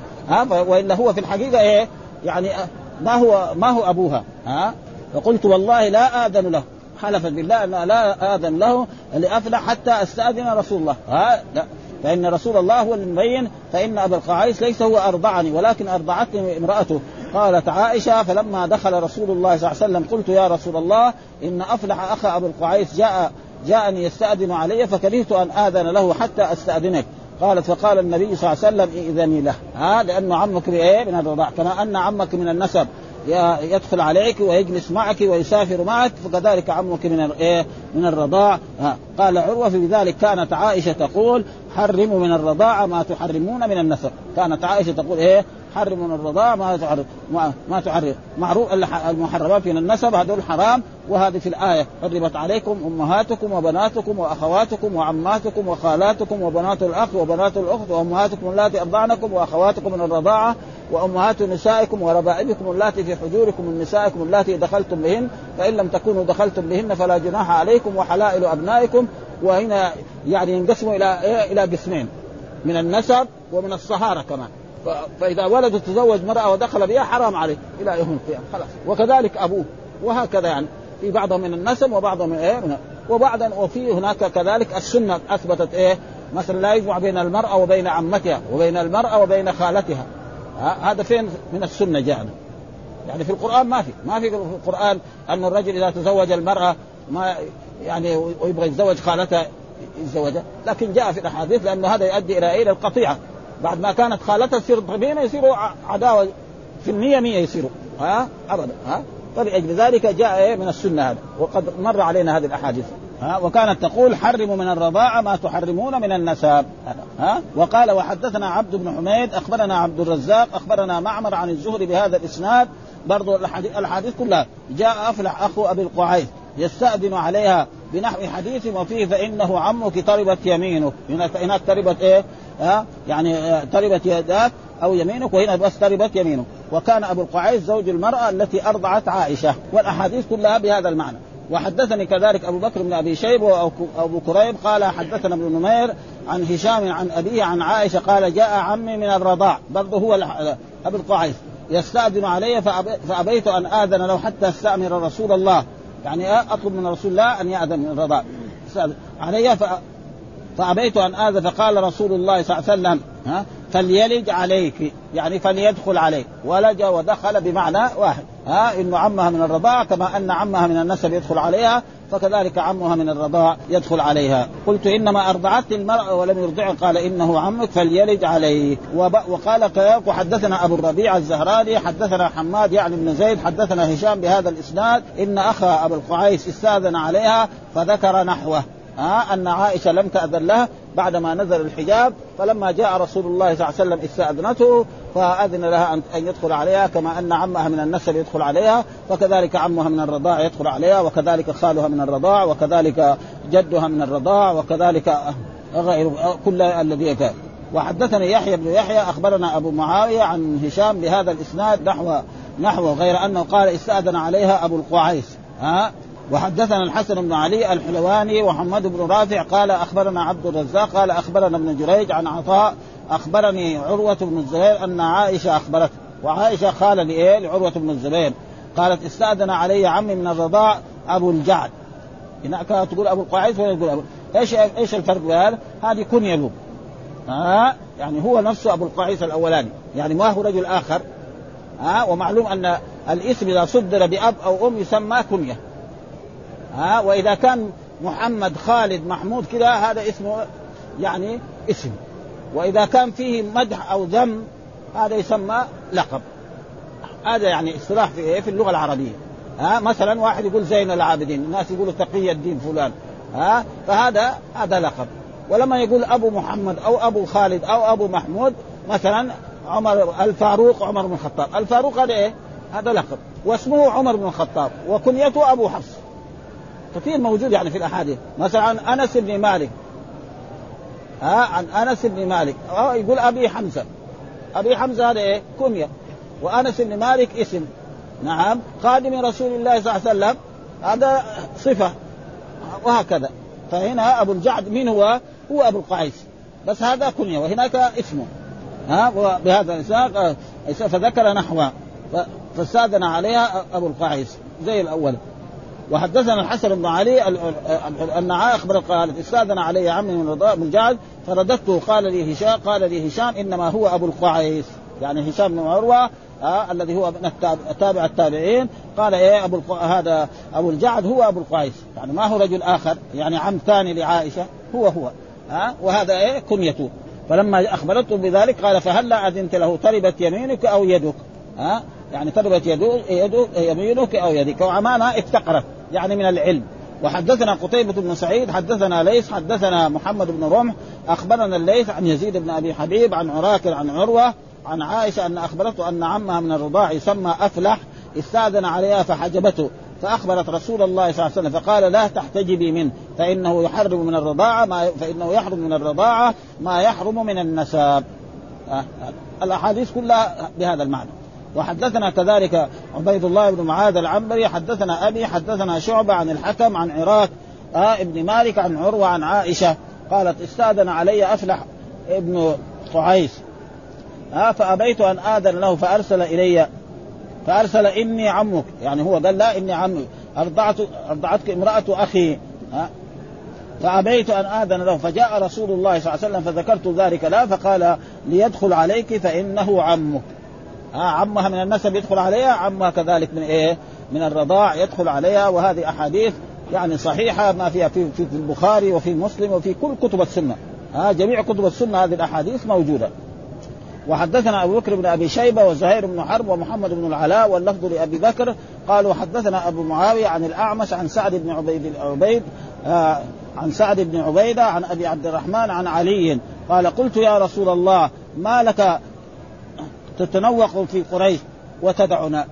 ها وإلا هو في الحقيقة إيه يعني ما هو ما هو أبوها ها. فقلت والله لا آذن له، حلفت بالله أن لا آذن له لأفلح حتى أستأذن رسول الله، ها لا فإن رسول الله هو المبين، فإن أبا القعيث ليس هو أرضعني ولكن أرضعتني امرأته. قالت عائشة فلما دخل رسول الله صلى الله عليه وسلم قلت يا رسول الله إن أفلح أخا أبو القعيث جاء جاءني يستأذن علي فكرهت أن آذن له حتى أستأذنك. قالت فقال النبي صلى الله عليه وسلم إذن له، ها لأنه عمك إيه من الرضاع، كما أن عمك من النسب يدخل عليك ويجلس معك ويسافر معك، فكذلك عمك من الايه من الرضاع. قال عروة في ذلك كانت عائشة تقول حرموا من الرضاعة ما تحرمون من النسب، كانت عائشة تقول ايه حرموا من الرضاعة ما تحرم ما تحرم معروف المحرمات من النسب هذول حرام، وهذه في الآية حرمت عليكم أمهاتكم وبناتكم وأخواتكم وعماتكم وخالاتكم وبنات الأخ وبنات الأخت وأمهاتكم اللاتي أرضعنكم وأخواتكم من الرضاعة وأمهات نسائكم وربائبكم اللاتي في حجوركم من نسائكم اللاتي دخلتم بهن، فإن لم تكونوا دخلتم بهن فلا جناح عليكم، وحلائل أبنائكم. وهنا يعني ينقسموا إلى إلى قسمين من النسب ومن الصهارة كمان، فإذا ولد تزوج مرأة ودخل بها حرام عليه إلى يوم القيامة خلاص، وكذلك أبوه، وهكذا يعني في بعضهم من النسب وبعضهم من إيه من وبعضا. وفي هناك كذلك السنة أثبتت إيه مثلا لا يجمع بين المرأة وبين عمتها وبين المرأة وبين خالتها، هذا فين من السنة جاءنا؟ يعني في القرآن ما في ما في في القرآن أن الرجل إذا تزوج المرأة ما يعني ويبغى يتزوج خالتها يتزوجها، لكن جاء في الأحاديث لأن هذا يؤدي إلى إلى القطيعة، بعد ما كانت خالتها تصير طبيعية يصيروا عداوة في المية مية يصيروا ها أبدا ها. فلأجل ذلك جاء إيه من السنة هذا، وقد مر علينا هذه الأحاديث ها. وكانت تقول حرموا من الرضاعة ما تحرمون من النسب ها. وقال وحدثنا عبد بن حميد أخبرنا عبد الرزاق أخبرنا معمر عن الزهري بهذا الإسناد برضو الحديث كلها جاء أفلح أخو أبي القعيث يستأذن عليها بنحو حديث وفيه فإنه عمك تربت يمينك، هناك تربت إيه ها يعني تربت يداك أو يمينك، وهنا بس تربت يمينك. وكان أبو القعيث زوج المرأة التي أرضعت عائشة، والأحاديث كلها بهذا المعنى. وحدثني كذلك أبو بكر بن أبي شيبة وأبو كريب قال حدثنا ابن نمير عن هشام عن أبيه عن عائشة قال جاء عمي من الرضاع برضه هو أبو القعيث يستأذن علي فأبيت أن آذن له حتى استأمر رسول الله، يعني أطلب من رسول الله أن يأذن من الرضاع علي فأبيت أن آذن، فقال رسول الله صلى الله عليه وسلم ها فليلج عليك يعني فليدخل عليك، ولج ودخل بمعنى واحد ها إنه عمها من الرضاع كما أن عمها من النسب يدخل عليها فكذلك عمها من الرضاع يدخل عليها. قلت إنما أرضعت المرأة ولم يرضع، قال إنه عمك فليلج عليك. وقال كياك حدثنا أبو الربيع الزهراني حدثنا حماد يعني بن زيد حدثنا هشام بهذا الإسناد إن أخا أبو القعيث استأذن عليها فذكر نحوه، ها أن عائشة لم تأذن لها بعدما نزل الحجاب، فلما جاء رسول الله صلى الله عليه وسلم استأذنته فأذن لها أن يدخل عليها، كما أن عمها من النسب يدخل عليها، فكذلك عمها من الرضاع يدخل عليها، وكذلك خالها من الرضاع، وكذلك جدها من الرضاع، وكذلك غير كل الذي كان. وحدثني يحيى بن يحيى أخبرنا أبو معاوية عن هشام بهذا الإسناد نحو نحو غير أنه قال استأذن عليها أبو القعيس. ها وحدثنا الحسن بن علي الحلواني وحمد بن رافع قال أخبرنا عبد الرزاق قال أخبرنا ابن جريج عن عطاء أخبرني عروة بن الزبير أن عائشة أخبرت، وعائشة قال لإيه لعروة بن الزبير قالت استأذن علي عمي من الرضاع أبو الجعد. هناك تقول أبو القعيس ولا تقول أبو إيش إيش الفرق بهذا؟ هذه كنية له، ها يعني هو نفسه أبو القعيس الأولاني، يعني ما هو رجل آخر. ها ومعلوم أن الاسم إذا صدر بأب أو أم يسمى كنية. ها وإذا كان محمد خالد محمود كذا هذا اسمه يعني اسم، وإذا كان فيه مدح أو ذم هذا يسمى لقب. هذا يعني اصطلاح في في اللغة العربية. ها مثلا واحد يقول زين العابدين، الناس يقولوا تقي الدين فلان، ها فهذا هذا لقب. ولما يقول أبو محمد أو أبو خالد أو أبو محمود، مثلا عمر الفاروق عمر بن الخطاب، الفاروق هذا إيه؟ هذا لقب، واسمه عمر بن الخطاب، وكنيته أبو حفص. كثير موجود يعني في الأحاديث، مثلا عن أنس بن مالك، ها عن أنس بن مالك أو يقول أبي حمزة، أبي حمزة هذا إيه؟ كنية، وأنس بن مالك اسم. نعم خادم رسول الله صلى الله عليه وسلم هذا صفة، وهكذا. فهنا أبو الجعد من هو؟ هو أبو القعيس، بس هذا كنية وهناك اسمه. ها وبهذا الإسناد فذكر نحوه فاستأذن عليها أبو القعيس زي الأول. وحدثنا الحسن بن علي أن عائشة أخبرت قالت استأذن علي عمي من رضاع أبو الجعد فرددته قال لي هشام قال لي هشام إنما هو أبو القعيس، يعني هشام بن عروة آه الذي هو من التابع التابعين قال إيه أبو هذا أبو الجعد هو أبو القعيس، يعني ما هو رجل آخر، يعني عم ثاني لعائشة هو هو آه وهذا إيه كنيته. فلما أخبرته بذلك قال فهلا أذنت له تربت يمينك أو يدك، آه يعني تربت يدك يمينك أو يدك، وعمانها افتقرت يعني من العلم. وحدثنا قتيبة بن سعيد حدثنا ليث حدثنا محمد بن رمح أخبرنا الليث عن يزيد بن أبي حبيب عن عراكل عن عروة عن عائشة أن أخبرته أن عمها من الرضاع يسمى أفلح استأذن عليها فحجبته، فأخبرت رسول الله صلى الله عليه وسلم فقال لا تحتجبي منه فإنه يحرم من الرضاعة ما فإنه يحرم من الرضاعة ما يحرم من النسب. الأحاديث كلها بهذا المعنى. وحدثنا كذلك عبيد الله بن معاذ العنبري حدثنا أبي حدثنا شعبة عن الحكم عن عراك آه ابن مالك عن عروة عن عائشة قالت استأذن علي أفلح ابن قعيس آه فأبيت أن آذن له فأرسل إلي فأرسل إني عمك، يعني هو قال لا إني عمك أرضعت أرضعتك امرأة أخي آه فأبيت أن آذن له فجاء رسول الله صلى الله عليه وسلم فذكرت ذلك لا فقال ليدخل عليك فإنه عمك. آه عمها من النسب يدخل عليها، عمها كذلك من إيه من الرضاع يدخل عليها. وهذه أحاديث يعني صحيحة ما فيها في, في البخاري وفي مسلم وفي كل كتب السنة. آه جميع كتب السنة هذه الأحاديث موجودة. وحدثنا أبو بكر بن أبي شيبة وزهير بن حرب ومحمد بن العلاء واللفظ لأبي بكر قالوا حدثنا أبو معاوية عن الأعمش عن سعد بن عبيد عبيد آه عن سعد بن عبيدة عن أبي عبد الرحمن عن علي قال قلت يا رسول الله ما لك تتنوق في قريش وتدعنا؟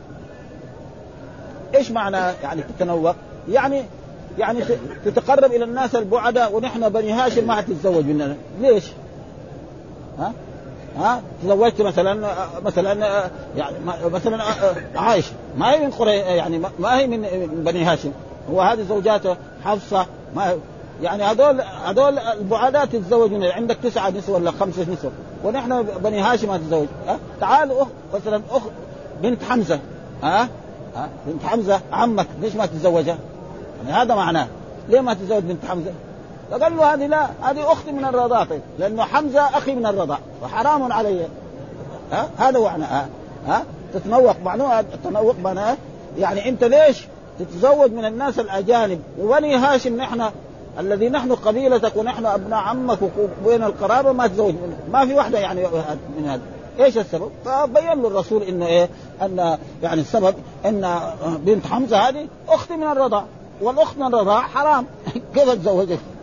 إيش معنى يعني تتنوق؟ يعني يعني تتقرب إلى الناس البعداء ونحن بني هاشم ما حتتزوج مننا، ليش؟ ها ها تزوجت مثلا مثلا يعني مثلا عائشة ما هي من قريش، يعني ما هي من بني هاشم، هو هذه زوجاته حفصة ما يعني هذول هذول البعداء تتزوجون، عندك تسعة نسوة ولا خمسة نسوة ونحن بني هاشم ما تتزوج. ها تعالوا أخ مثلا أخ بنت حمزة ها ها بنت حمزة عمك ليش ما تتزوجها؟ يعني هذا معناه ليه ما تتزوج بنت حمزة؟ فقال له هذه لا هذه أختي من الرضاعة، لأنه حمزة أخي من الرضاعة وحرام علي. ها هذا معنى ها ها تتنوق، معناه التنوق معناه يعني أنت ليش تتزوج من الناس الأجانب وبني هاشم نحن الذي نحن قبيلتك ونحن أبناء عمك وبين القرابة ما تزوج منه، ما في واحدة يعني من هذا. إيش السبب؟ فبين له الرسول إنه إيه أن يعني السبب إن بنت حمزة هذه أختي من الرضاعة والأخت من الرضاعة حرام كيف تزوجك؟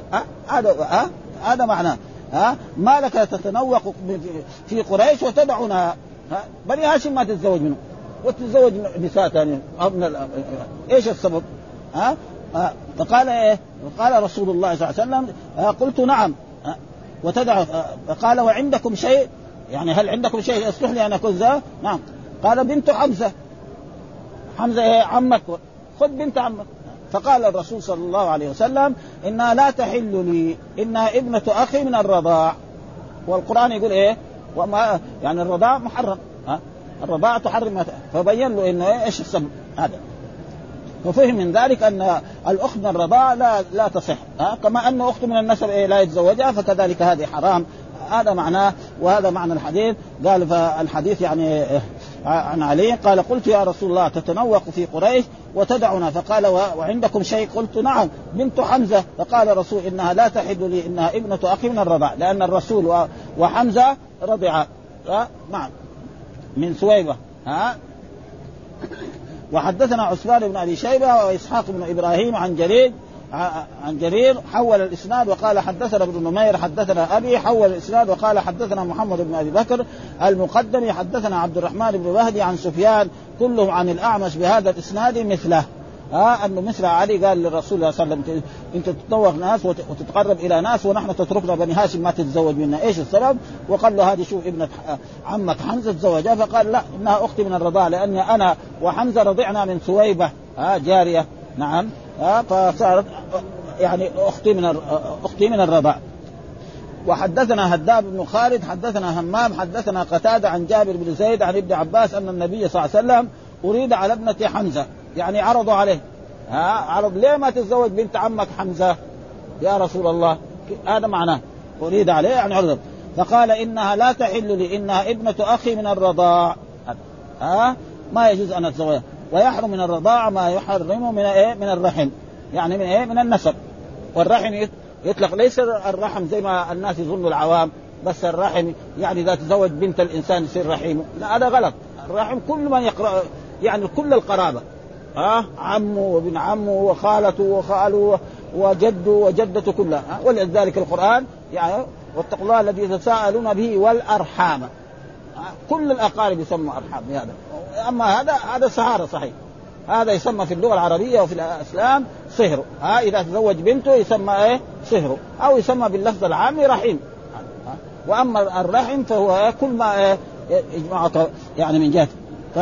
هذا ها هذا معناه ها ما لك تتنوق في قريش وتدعنا بني هاشم ما تتزوج منه وتتزوج نساء ثانيه ايش السبب؟ ها فقال ايه؟ قال رسول الله صلى الله عليه وسلم قلت نعم وتدع. قال وعندكم شيء يعني هل عندكم شيء يصلح لي ان اكون ذا؟ نعم. قال بنت حمزه. حمزه ايه؟ عمك، خذ بنت عمك. فقال الرسول صلى الله عليه وسلم انها لا تحل لي، انها ابنه اخي من الرضاع. والقرآن يقول ايه؟ وما يعني الرضاع محرم، ها الرضاعة تحرم. فبين له انه إيه؟ ايش السبب هذا. وفهم من ذلك ان الاخت من الرضاعة لا لا تصح، ها كما انه اخت من النسب إيه لا يتزوجها، فكذلك هذه حرام. هذا معناه وهذا معنى الحديث. قال فالحديث يعني عن علي قال قلت يا رسول الله تتنوق في قريش وتدعنا، فقال وعندكم شيء؟ قلت نعم بنت حمزة. فقال الرسول إنها لا تحل لي، إنها ابنة أخي من الرضاع، لأن الرسول وحمزة رضعا نعم من سويبة. ها وحدثنا عثمان بن أبي شيبة وإسحاق بن إبراهيم عن جرير عن جرير حول الإسناد وقال حدثنا ابن نمير حدثنا أبي حول الإسناد وقال حدثنا محمد بن أبي بكر المقدمي حدثنا عبد الرحمن بن مهدي عن سفيان كلهم عن الأعمش بهذا الإسناد مثله. ها أنه مثل علي قال للرسول صلى الله عليه وسلم أنت تتطوق ناس وتتقرب إلى ناس ونحن تتركنا بني هاشم ما تتزوج منا، إيش السبب؟ وقال له هذه شوف ابنة عمك حمزة تزوجها. فقال لا إنها أختي من الرضاعة، لأني أنا وحمزة رضعنا من سويبة ها جارية نعم، فصارت يعني أختي من أختي من الرضاع. وحدثنا هداب بن خالد حدثنا همام حدثنا قتادة عن جابر بن زيد عن ابن عباس أن النبي صلى الله عليه وسلم أريد على ابنة حمزة، يعني عرضوا عليه ها عرض ليه ما تتزوج بنت عمك حمزة يا رسول الله؟ هذا معناه أريد عليه يعني عرض. فقال إنها لا تحل لي، إنها ابنة أخي من الرضاع، ها ما يجوز أن أتزوجها. ويحرم من الرضاعة ما يحرم من إيه؟ من الرحم، يعني من إيه؟ من النسب. والرحم يطلق ليس الرحم زي ما الناس يظنوا العوام بس الرحم يعني إذا تزوج بنت الإنسان يصير رحيمه، لا هذا غلط. الرحم كل من يقرأ يعني كل القرابة، ها عمه وابن عمه وخالته وخاله وجده وجدته كلها. ولذلك القرآن يعني واتقوا الله الذي تساءلون به والأرحام، كل الأقارب يسمى أرحام. هذا أما هذا هذا سهارة صحيح، هذا يسمى في اللغة العربية وفي الإسلام صهر. ها إذا تزوج بنته يسمى إيه؟ صهر، أو يسمى باللفظ العام رحيم. وأما الرحم فهو كل ما يجمعك يعني من جهة.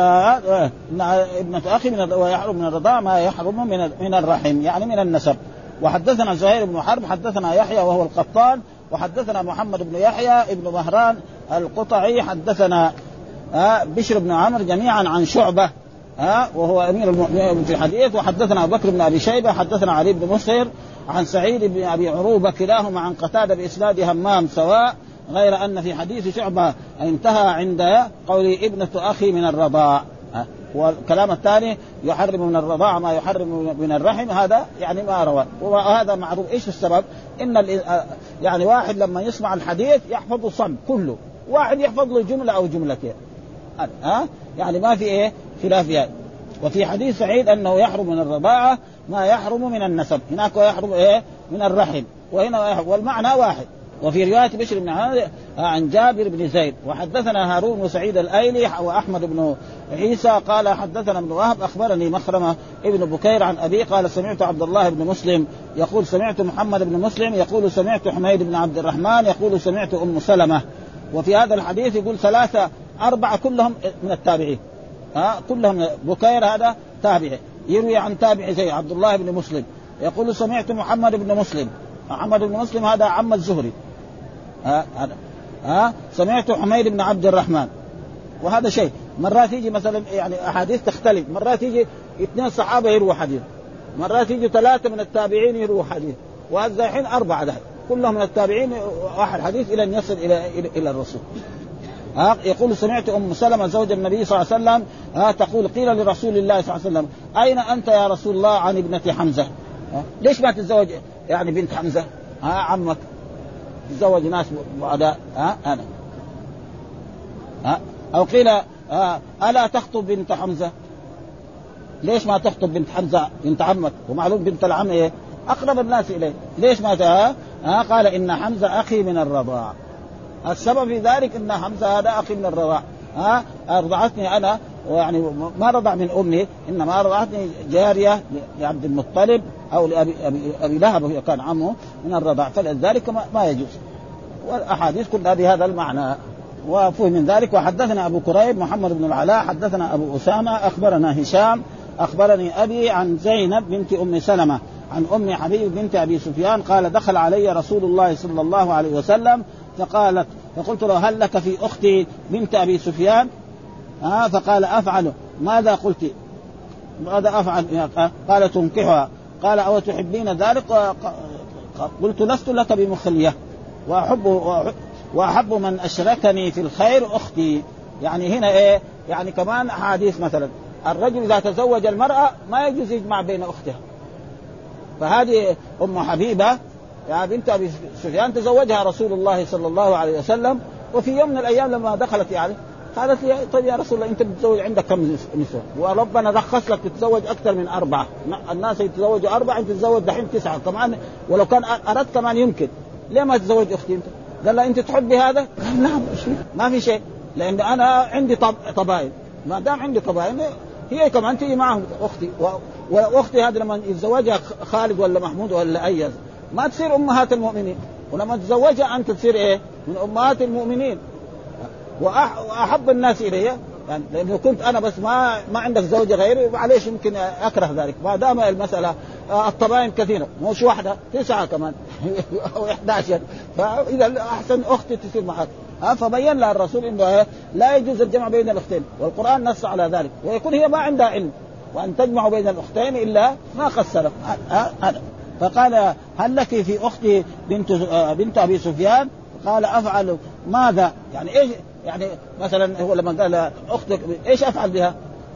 فابنة أخي من ويحرم من الرضاعة ما يحرم من من الرحم يعني من النسب. وحدثنا زهير بن حرب حدثنا يحيى وهو القطان وحدثنا محمد بن يحيى ابن مهران القطعي حدثنا بشر بن عمرو جميعا عن شعبة ها وهو أمير المؤمنين في الحديث. وحدثنا أبو بكر بن أبي شيبة حدثنا علي بن مسهر عن سعيد بن أبي عروبة كلاهما عن قتادة بإسناد همام سواء، غير أن في حديث شعبة انتهى عند قول ابنة أخي من الرضاع. والكلام الثاني يحرم من الرضاعة ما يحرم من الرحم، هذا يعني ما روى. وهذا معروف. إيش السبب؟ إن يعني واحد لما يسمع الحديث يحفظ الصم كله، واحد يحفظ له جملة أو جملتين، ها يعني ما في إيه خلاف يعني. وفي حديث سعيد أنه يحرم من الرضاعة ما يحرم من النسب، هناك يحرم إيه من الرحم وهنا، والمعنى واحد. وفي رواية بشر بن عمرو عن جابر بن زيد. وحدثنا هارون وسعيد الأيلي وأحمد بن عيسى قال حدثنا ابن وهب أخبرني مخرمة ابن بكير عن أبي قال سمعت عبد الله بن مسلم يقول سمعت محمد بن مسلم يقول سمعت حميد بن عبد الرحمن يقول سمعت أم سلمة. وفي هذا الحديث يقول ثلاثة أربعة كلهم من التابعين، ها كلهم. بكير هذا تابعي يروي عن تابعي زي عبد الله بن مسلم يقول سمعت محمد بن مسلم. محمد بن مسلم هذا عم الزهري. ها هذا ها سمعت حميد بن عبد الرحمن. وهذا شيء مرات يجي مثلا يعني أحاديث تختلف، مرات يجي اثنين صحابة يرووا حديث، مرات يجي ثلاثة من التابعين يرووا حديث، وهذا الحين أربعة ده كلهم من التابعين واحد حديث إلى أن يصل إلى إلى, إلى الرسول. ها يقول سمعت أم سلمة زوج النبي صلى الله عليه وسلم ها تقول قيل لرسول الله صلى الله عليه وسلم أين أنت يا رسول الله عن ابنة حمزة؟ ها ليش ما تتزوج يعني بنت حمزة؟ ها عمك تزوج ناس بعداء. ها أنا ها أو قيل ها ألا تخطب بنت حمزة؟ ليش ما تخطب بنت حمزة بنت عمك؟ ومعلوم بنت العم إيه أقرب الناس إليه. ليش مات؟ ها قال إن حمزة أخي من الرضاع. السبب في ذلك إن حمزة هذا أخي من الرضاع، ها أرضعتني أنا، ويعني ما رضع من أمي، إنما رضعتني جارية لعبد المطلب أو لأبي أبي أبي لهب كان عمه من الرضاع، فلذلك ما, ما يجوز. والأحاديث كلها بهذا المعنى. وفهم من ذلك. وحدثنا أبو كريب محمد بن العلاء حدثنا أبو أسامة أخبرنا هشام أخبرني أبي عن زينب بنت أم سلمة عن أم حبيب بنت أبي سفيان قال دخل علي رسول الله صلى الله عليه وسلم فقالت فقلت له هل لك في أختي بنت أبي سفيان؟ آه فقال أفعل. ماذا قلت؟ ماذا أفعل؟ قال تنكحها. قال أو تحبين ذلك؟ قلت لست لك بمخلية وأحب, وأحب من أشركني في الخير أختي. يعني هنا إيه؟ يعني كمان حديث مثلا الرجل إذا تزوج المرأة ما يجوز يجمع بين أختها. فهذه أم حبيبة يا بنت أبي سفيان تزوجها رسول الله صلى الله عليه وسلم، وفي يوم من الأيام لما دخلت يعني قالت لي طيب يا رسول الله أنت بتتزوج عندك كم نسوة؟ وربنا رخص لك تتزوج أكثر من أربعة، الناس يتزوجوا أربعة أنت تتزوج دحين تسعة كمان، ولو كان أردت كمان يمكن، ليه ما تتزوج أختي أنت؟ قال لا أنت تحبي هذا؟ قال نعم ما في شيء، لأن أنا عندي طب... طبائن، ما دام عندي طبائن هي كمان تيجي معهم أختي، وأختي هذا لما يتزوجها خالد ولا محمود ولا أيز ما تصير أمهات المؤمنين، ولما تزوجها أنت تصير إيه؟ من أمهات المؤمنين. وأحب الناس إلي يعني لأنه كنت أنا بس ما ما عندك زوجة غيري معليش يمكن أكره ذلك، ما دام المسألة الطبائن كثيرة مش واحدة تسعة كمان أو إحدى عشر، فإذا أحسن أختي تصير معك. فبين لها الرسول إنه لا يجوز الجمع بين الأختين، والقرآن نص على ذلك، ويكون هي ما عندها علم وأن تجمع بين الأختين إلا ما قصر هذا. فقال هل لك في أختي بنت بنت أبي سفيان؟ قال أفعل ماذا؟ يعني إيش يعني مثلا هو لما قال أختك إيش أفعل بها؟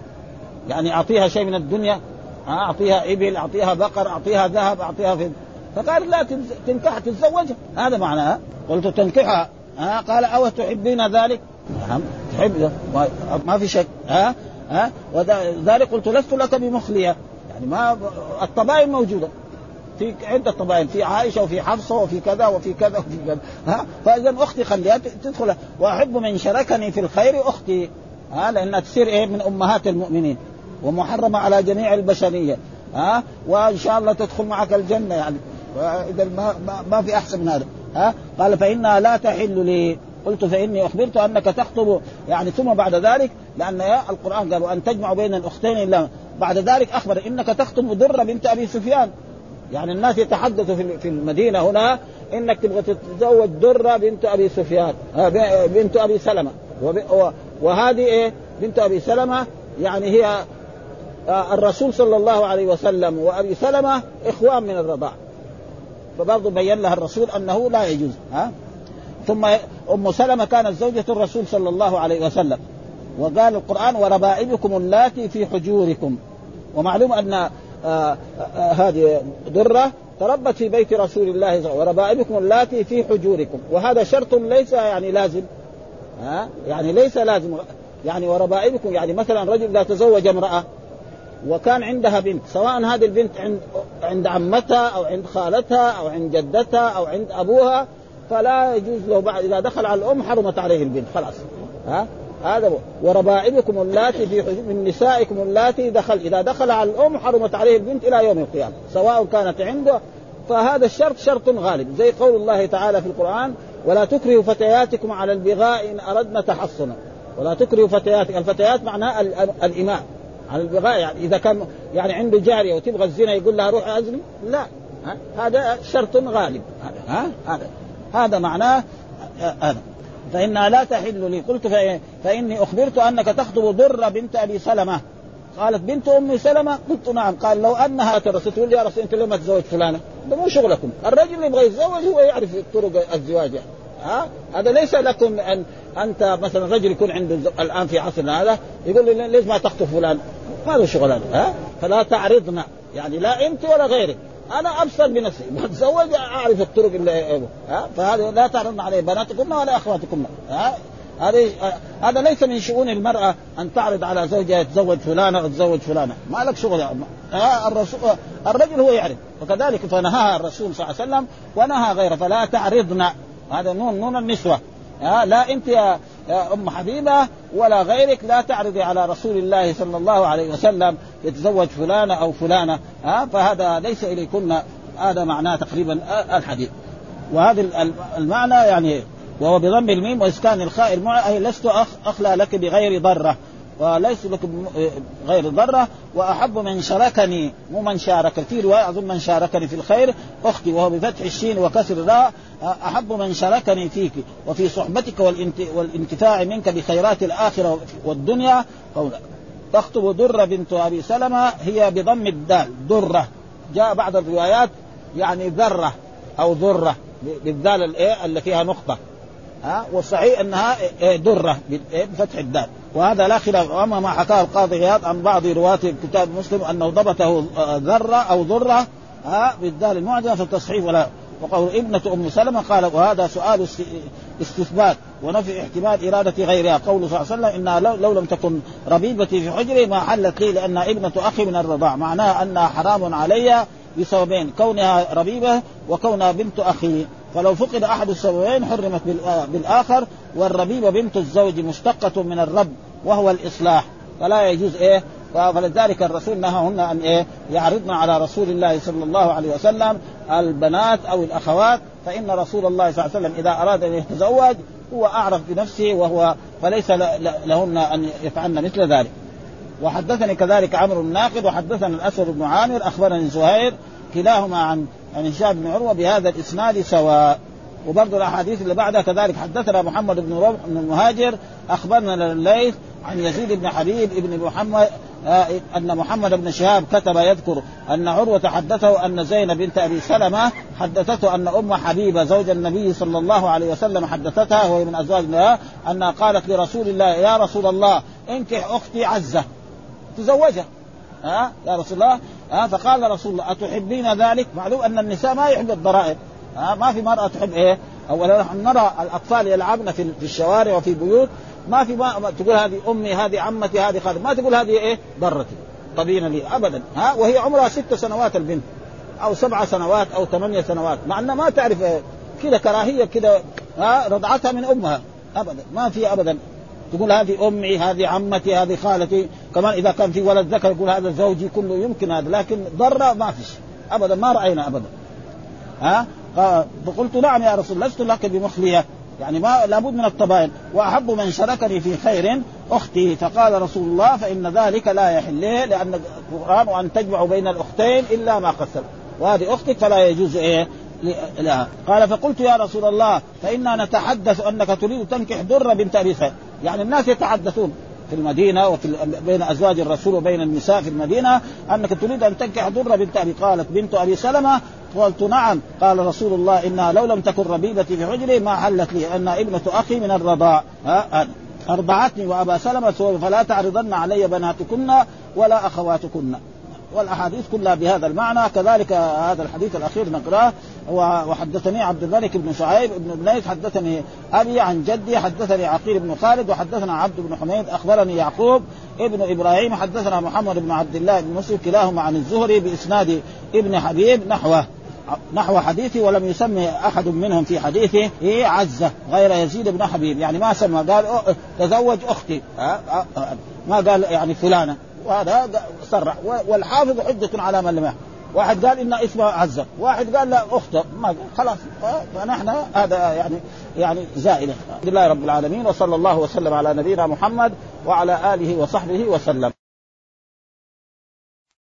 يعني أعطيها شيء من الدنيا، أعطيها إبل، أعطيها بقر، أعطيها ذهب، أعطيها فضة. فقال لا تنكح تتزوجها، هذا معناه. قلت تنكحها. ها قال أو تحبين ذلك؟ نعم تحب ما في شك. ها ها وذلك قلت لست لك بمخلية، يعني ما الطبائن موجودة في عدة طبائن، في عائشة وفي حفصة وفي كذا وفي كذا وفي كذا. ها فإذا أختي خليها تدخل. وأحب من شاركني في الخير أختي، ها لأنها تصير إيه من أمهات المؤمنين ومحرمة على جميع البشرية، ها وإن شاء الله تدخل معك الجنة يعني، وإذا ما, ما, ما في أحسن من هذا. ها قال فإنها لا تحل لي. قلت فإني أخبرت أنك تخطب، يعني ثم بعد ذلك لأن القرآن قال وأن تجمع بين الأختين إلا بعد ذلك أخبر إنك تخطب درة بنت أبي سفيان. يعني الناس يتحدثوا في المدينة هنا إنك تبغى تتزوج درة بنت أبي سفيان بنت أبي سلمة، وهذه إيه بنت أبي سلمة يعني هي الرسول صلى الله عليه وسلم وأبي سلمة إخوان من الرضاع، فبرضه بيّن لها الرسول أنه لا يجوز. ها ثم أم سلمة كانت زوجة الرسول صلى الله عليه وسلم، وقال القرآن وربائبكم اللاتي في حجوركم. ومعلوم أن آآ آآ هذه درة تربت في بيت رسول الله صلى الله عليه وسلم، وربائبكم اللاتي في حجوركم، وهذا شرط ليس يعني لازم، ها يعني ليس لازم، يعني وربائبكم يعني مثلا رجل إذا تزوج امرأة وكان عندها بنت، سواء هذه البنت عند عند عمتها أو عند خالتها أو عند جدتها أو عند أبوها، فلا يجوز له بعد إذا دخل على الأم حرمت عليه البنت خلاص. ها هذا وربائبكم اللاتي في من نسائكم اللاتي دخل إذا دخل على الأم حرمت عليه البنت إلى يوم القيامة سواء كانت عنده. فهذا الشرط شرط غالب، زي قول الله تعالى في القرآن ولا تكرهوا فتياتكم على البغاء إن أردنا تحصنا. ولا تكرهوا فتياتكم، الفتيات معناها الإماء على البغاء، يعني إذا كان يعني عنده جارية وتبغى الزنا يقول لها روح أزني، لا ها؟ هذا شرط غالب. هذا ها هذا هذا معناه هذا فإنها لا تحل لي. قلت فإني أخبرت أنك تخطب ضرة بنت أبي سلمة. قالت بنت أم سلمة؟ قلت نعم. قال لو أنها ترى تقول لي يا رسول أنت لما تزوج فلانة، ده مو شغلكم، الرجل اللي يبغى يتزوج هو يعرف طرق الزواج يعني. ها هذا ليس لكم أن أنت مثلا رجل يكون عنده الآن في عصرنا هذا يقول لي ليش ما تخطب فلان، ما له شغل هذا. ها فلا تعرضنا، يعني لا أنت ولا غيرك، أنا أبصر بنفسي بتزوج أعرف الطرق اللي ها فهذا لا تعرضنا عليه بناتكم ولا أخواتكم. ها هذا هذا ليس من شؤون المرأة أن تعرض على زوجها يتزوج فلانة أو تزوج فلانة، ما لك شغل. الرسول الرجل هو يعرض، وكذلك فنهى الرسول صلى الله عليه وسلم ونهى غيره فلا تعرضن، هذا نون نون النسوة. لا أنت يا أم حبيبة ولا غيرك لا تعرضي على رسول الله صلى الله عليه وسلم يتزوج فلانة أو فلانة، فهذا ليس إليكن. هذا معناه تقريبا الحديث. وهذا المعنى يعني وهو بضم الميم وإسكان الخاء المعنى أي لست أخلى لك بغير ضرة، وليس لك غير ضرة. وأحب من شاركني مو من شارك، في رواية أظن من شاركني في الخير أختي، وهو بفتح الشين وكسر الراء. أحب من شاركني فيك وفي صحبتك والانتفاع منك بخيرات الآخرة والدنيا. تخطب درة بنت أبي سلمة هي بضم الدال درة، جاء بعض الروايات يعني ذرة أو ذرة بالدال الايه اللي فيها نقطة، ها والصحيح انها درة بفتح الدال، وهذا لا خلاف. اما ما حكاه القاضي عياض عن بعض رواة كتاب مسلم انه ضبطه ذرة او ذرة ها بالدال المعجمة في التصحيح ولا. وقول ابنة ام سلمة قال وهذا سؤال استثبات ونفي احتمال إرادة غيرها. قوله صلى الله عليه وسلم إنها لو, لو لم تكن ربيبتي في حجري ما حلت لي لأنها ابنة أخي من الرضاع، معناها أنها حرام علي بسببين، كونها ربيبة وكونها بنت أخي، فلو فقد أحد السببين حرمت بالآخر. والربيبة بنت الزوج مشتقة من الرب وهو الإصلاح، فلا يجوز إيه. فلذلك الرسول نهاهن أن إيه يعرضن على رسول الله صلى الله عليه وسلم البنات أو الأخوات، فإن رسول الله صلى الله عليه وسلم إذا أراد أن يتزوج هو أعرف بنفسه وهو فليس لهن أن يفعلن مثل ذلك. وحدثني كذلك عمرو الناقد وحدثنا الأسود بن عامر أخبرني زهير كلاهما عن عن هشام بن عروة بهذا الإسناد سواء. وبرضه الأحاديث اللي بعدها كذلك حدثنا محمد بن ربح بن المهاجر أخبرنا الليث عن يزيد بن حبيب ابن محمد آه أن محمد بن شهاب كتب يذكر أن عروة حدثه أن زينب بنت أبي سلمة حدثته أن أم حبيبة زوج النبي صلى الله عليه وسلم حدثتها وهي من أزواجها أنها قالت لرسول الله يا رسول الله انكح أختي عزة تزوجها ها يا رسول الله ها. فقال رسول الله أتحبين ذلك؟ معلوم أن النساء ما يحب الضرائب، ها ما في مرأة تحب إيه. أولا نحن نرى الأطفال يلعبن في الشوارع وفي بيوت، ما في ما تقول هذه أمي هذه عمتي هذه خالتي، ما تقول هذه إيه ضرتي طبينا لي أبدا، ها وهي عمرها ست سنوات البنت أو سبع سنوات أو ثمانية سنوات، مع أنها ما تعرف إيه كذا كراهية كذا، ها رضعتها من أمها أبدا، ما في أبدا تقول هذه أمي هذه عمتي هذه خالتي. كمان إذا كان في ولد ذكر يقول هذا زوجي كله يمكن هذا، لكن ضرة ما فيش أبدا، ما رأينا أبدا. ها فقلت نعم يا رسول الله لست لك بمخلية، يعني ما لابد من الطبائن. وأحب من شاركني في خير أختي، فقال رسول الله فإن ذلك لا يحل لأن القرآن وأن تجمع بين الأختين إلا ما قد سبق، وهذه أختك فلا يجوز إيه لها. قال فقلت يا رسول الله فإننا نتحدث أنك تريد تنكح درة بنت أبي سلمة، يعني الناس يتحدثون في المدينة وفي بين أزواج الرسول وبين النساء في المدينة أنك تريد أن تنكح درة بنت أبي. قالت بنت أبي سلمة قلت نعم. قال رسول الله إنها لو لم تكن ربيبتي في حجري ما حلت لي أنها ابنة أخي من الرضاع، أرضعتني وأبا سلمة فلا تعرضن علي بناتكن ولا أخواتكن. والأحاديث كلها بهذا المعنى. كذلك هذا الحديث الأخير نقراه. وحدثني عبد الملك بن شعيب بن بنيس حدثني أبي عن جدي حدثني عقيل بن خالد وحدثنا عبد بن حميد أخبرني يعقوب ابن إبراهيم حدثنا محمد بن عبد الله بن مسلم كلاهما عن الزهري بإسناد ابن حبيب نحوه نحو حديثي، ولم يسمي أحد منهم في حديثه هي عزة غير يزيد بن حبيب، يعني ما سمى قال تزوج أختي ما قال يعني فلانة، وهذا صرح. والحافظ حجة على من لم يحفظ، واحد قال إن اسمه عزة واحد قال لا أخته ما خلاص، فنحن هذا يعني يعني زائلة. الحمد لله رب العالمين وصلى الله وسلم على نبينا محمد وعلى آله وصحبه وسلم.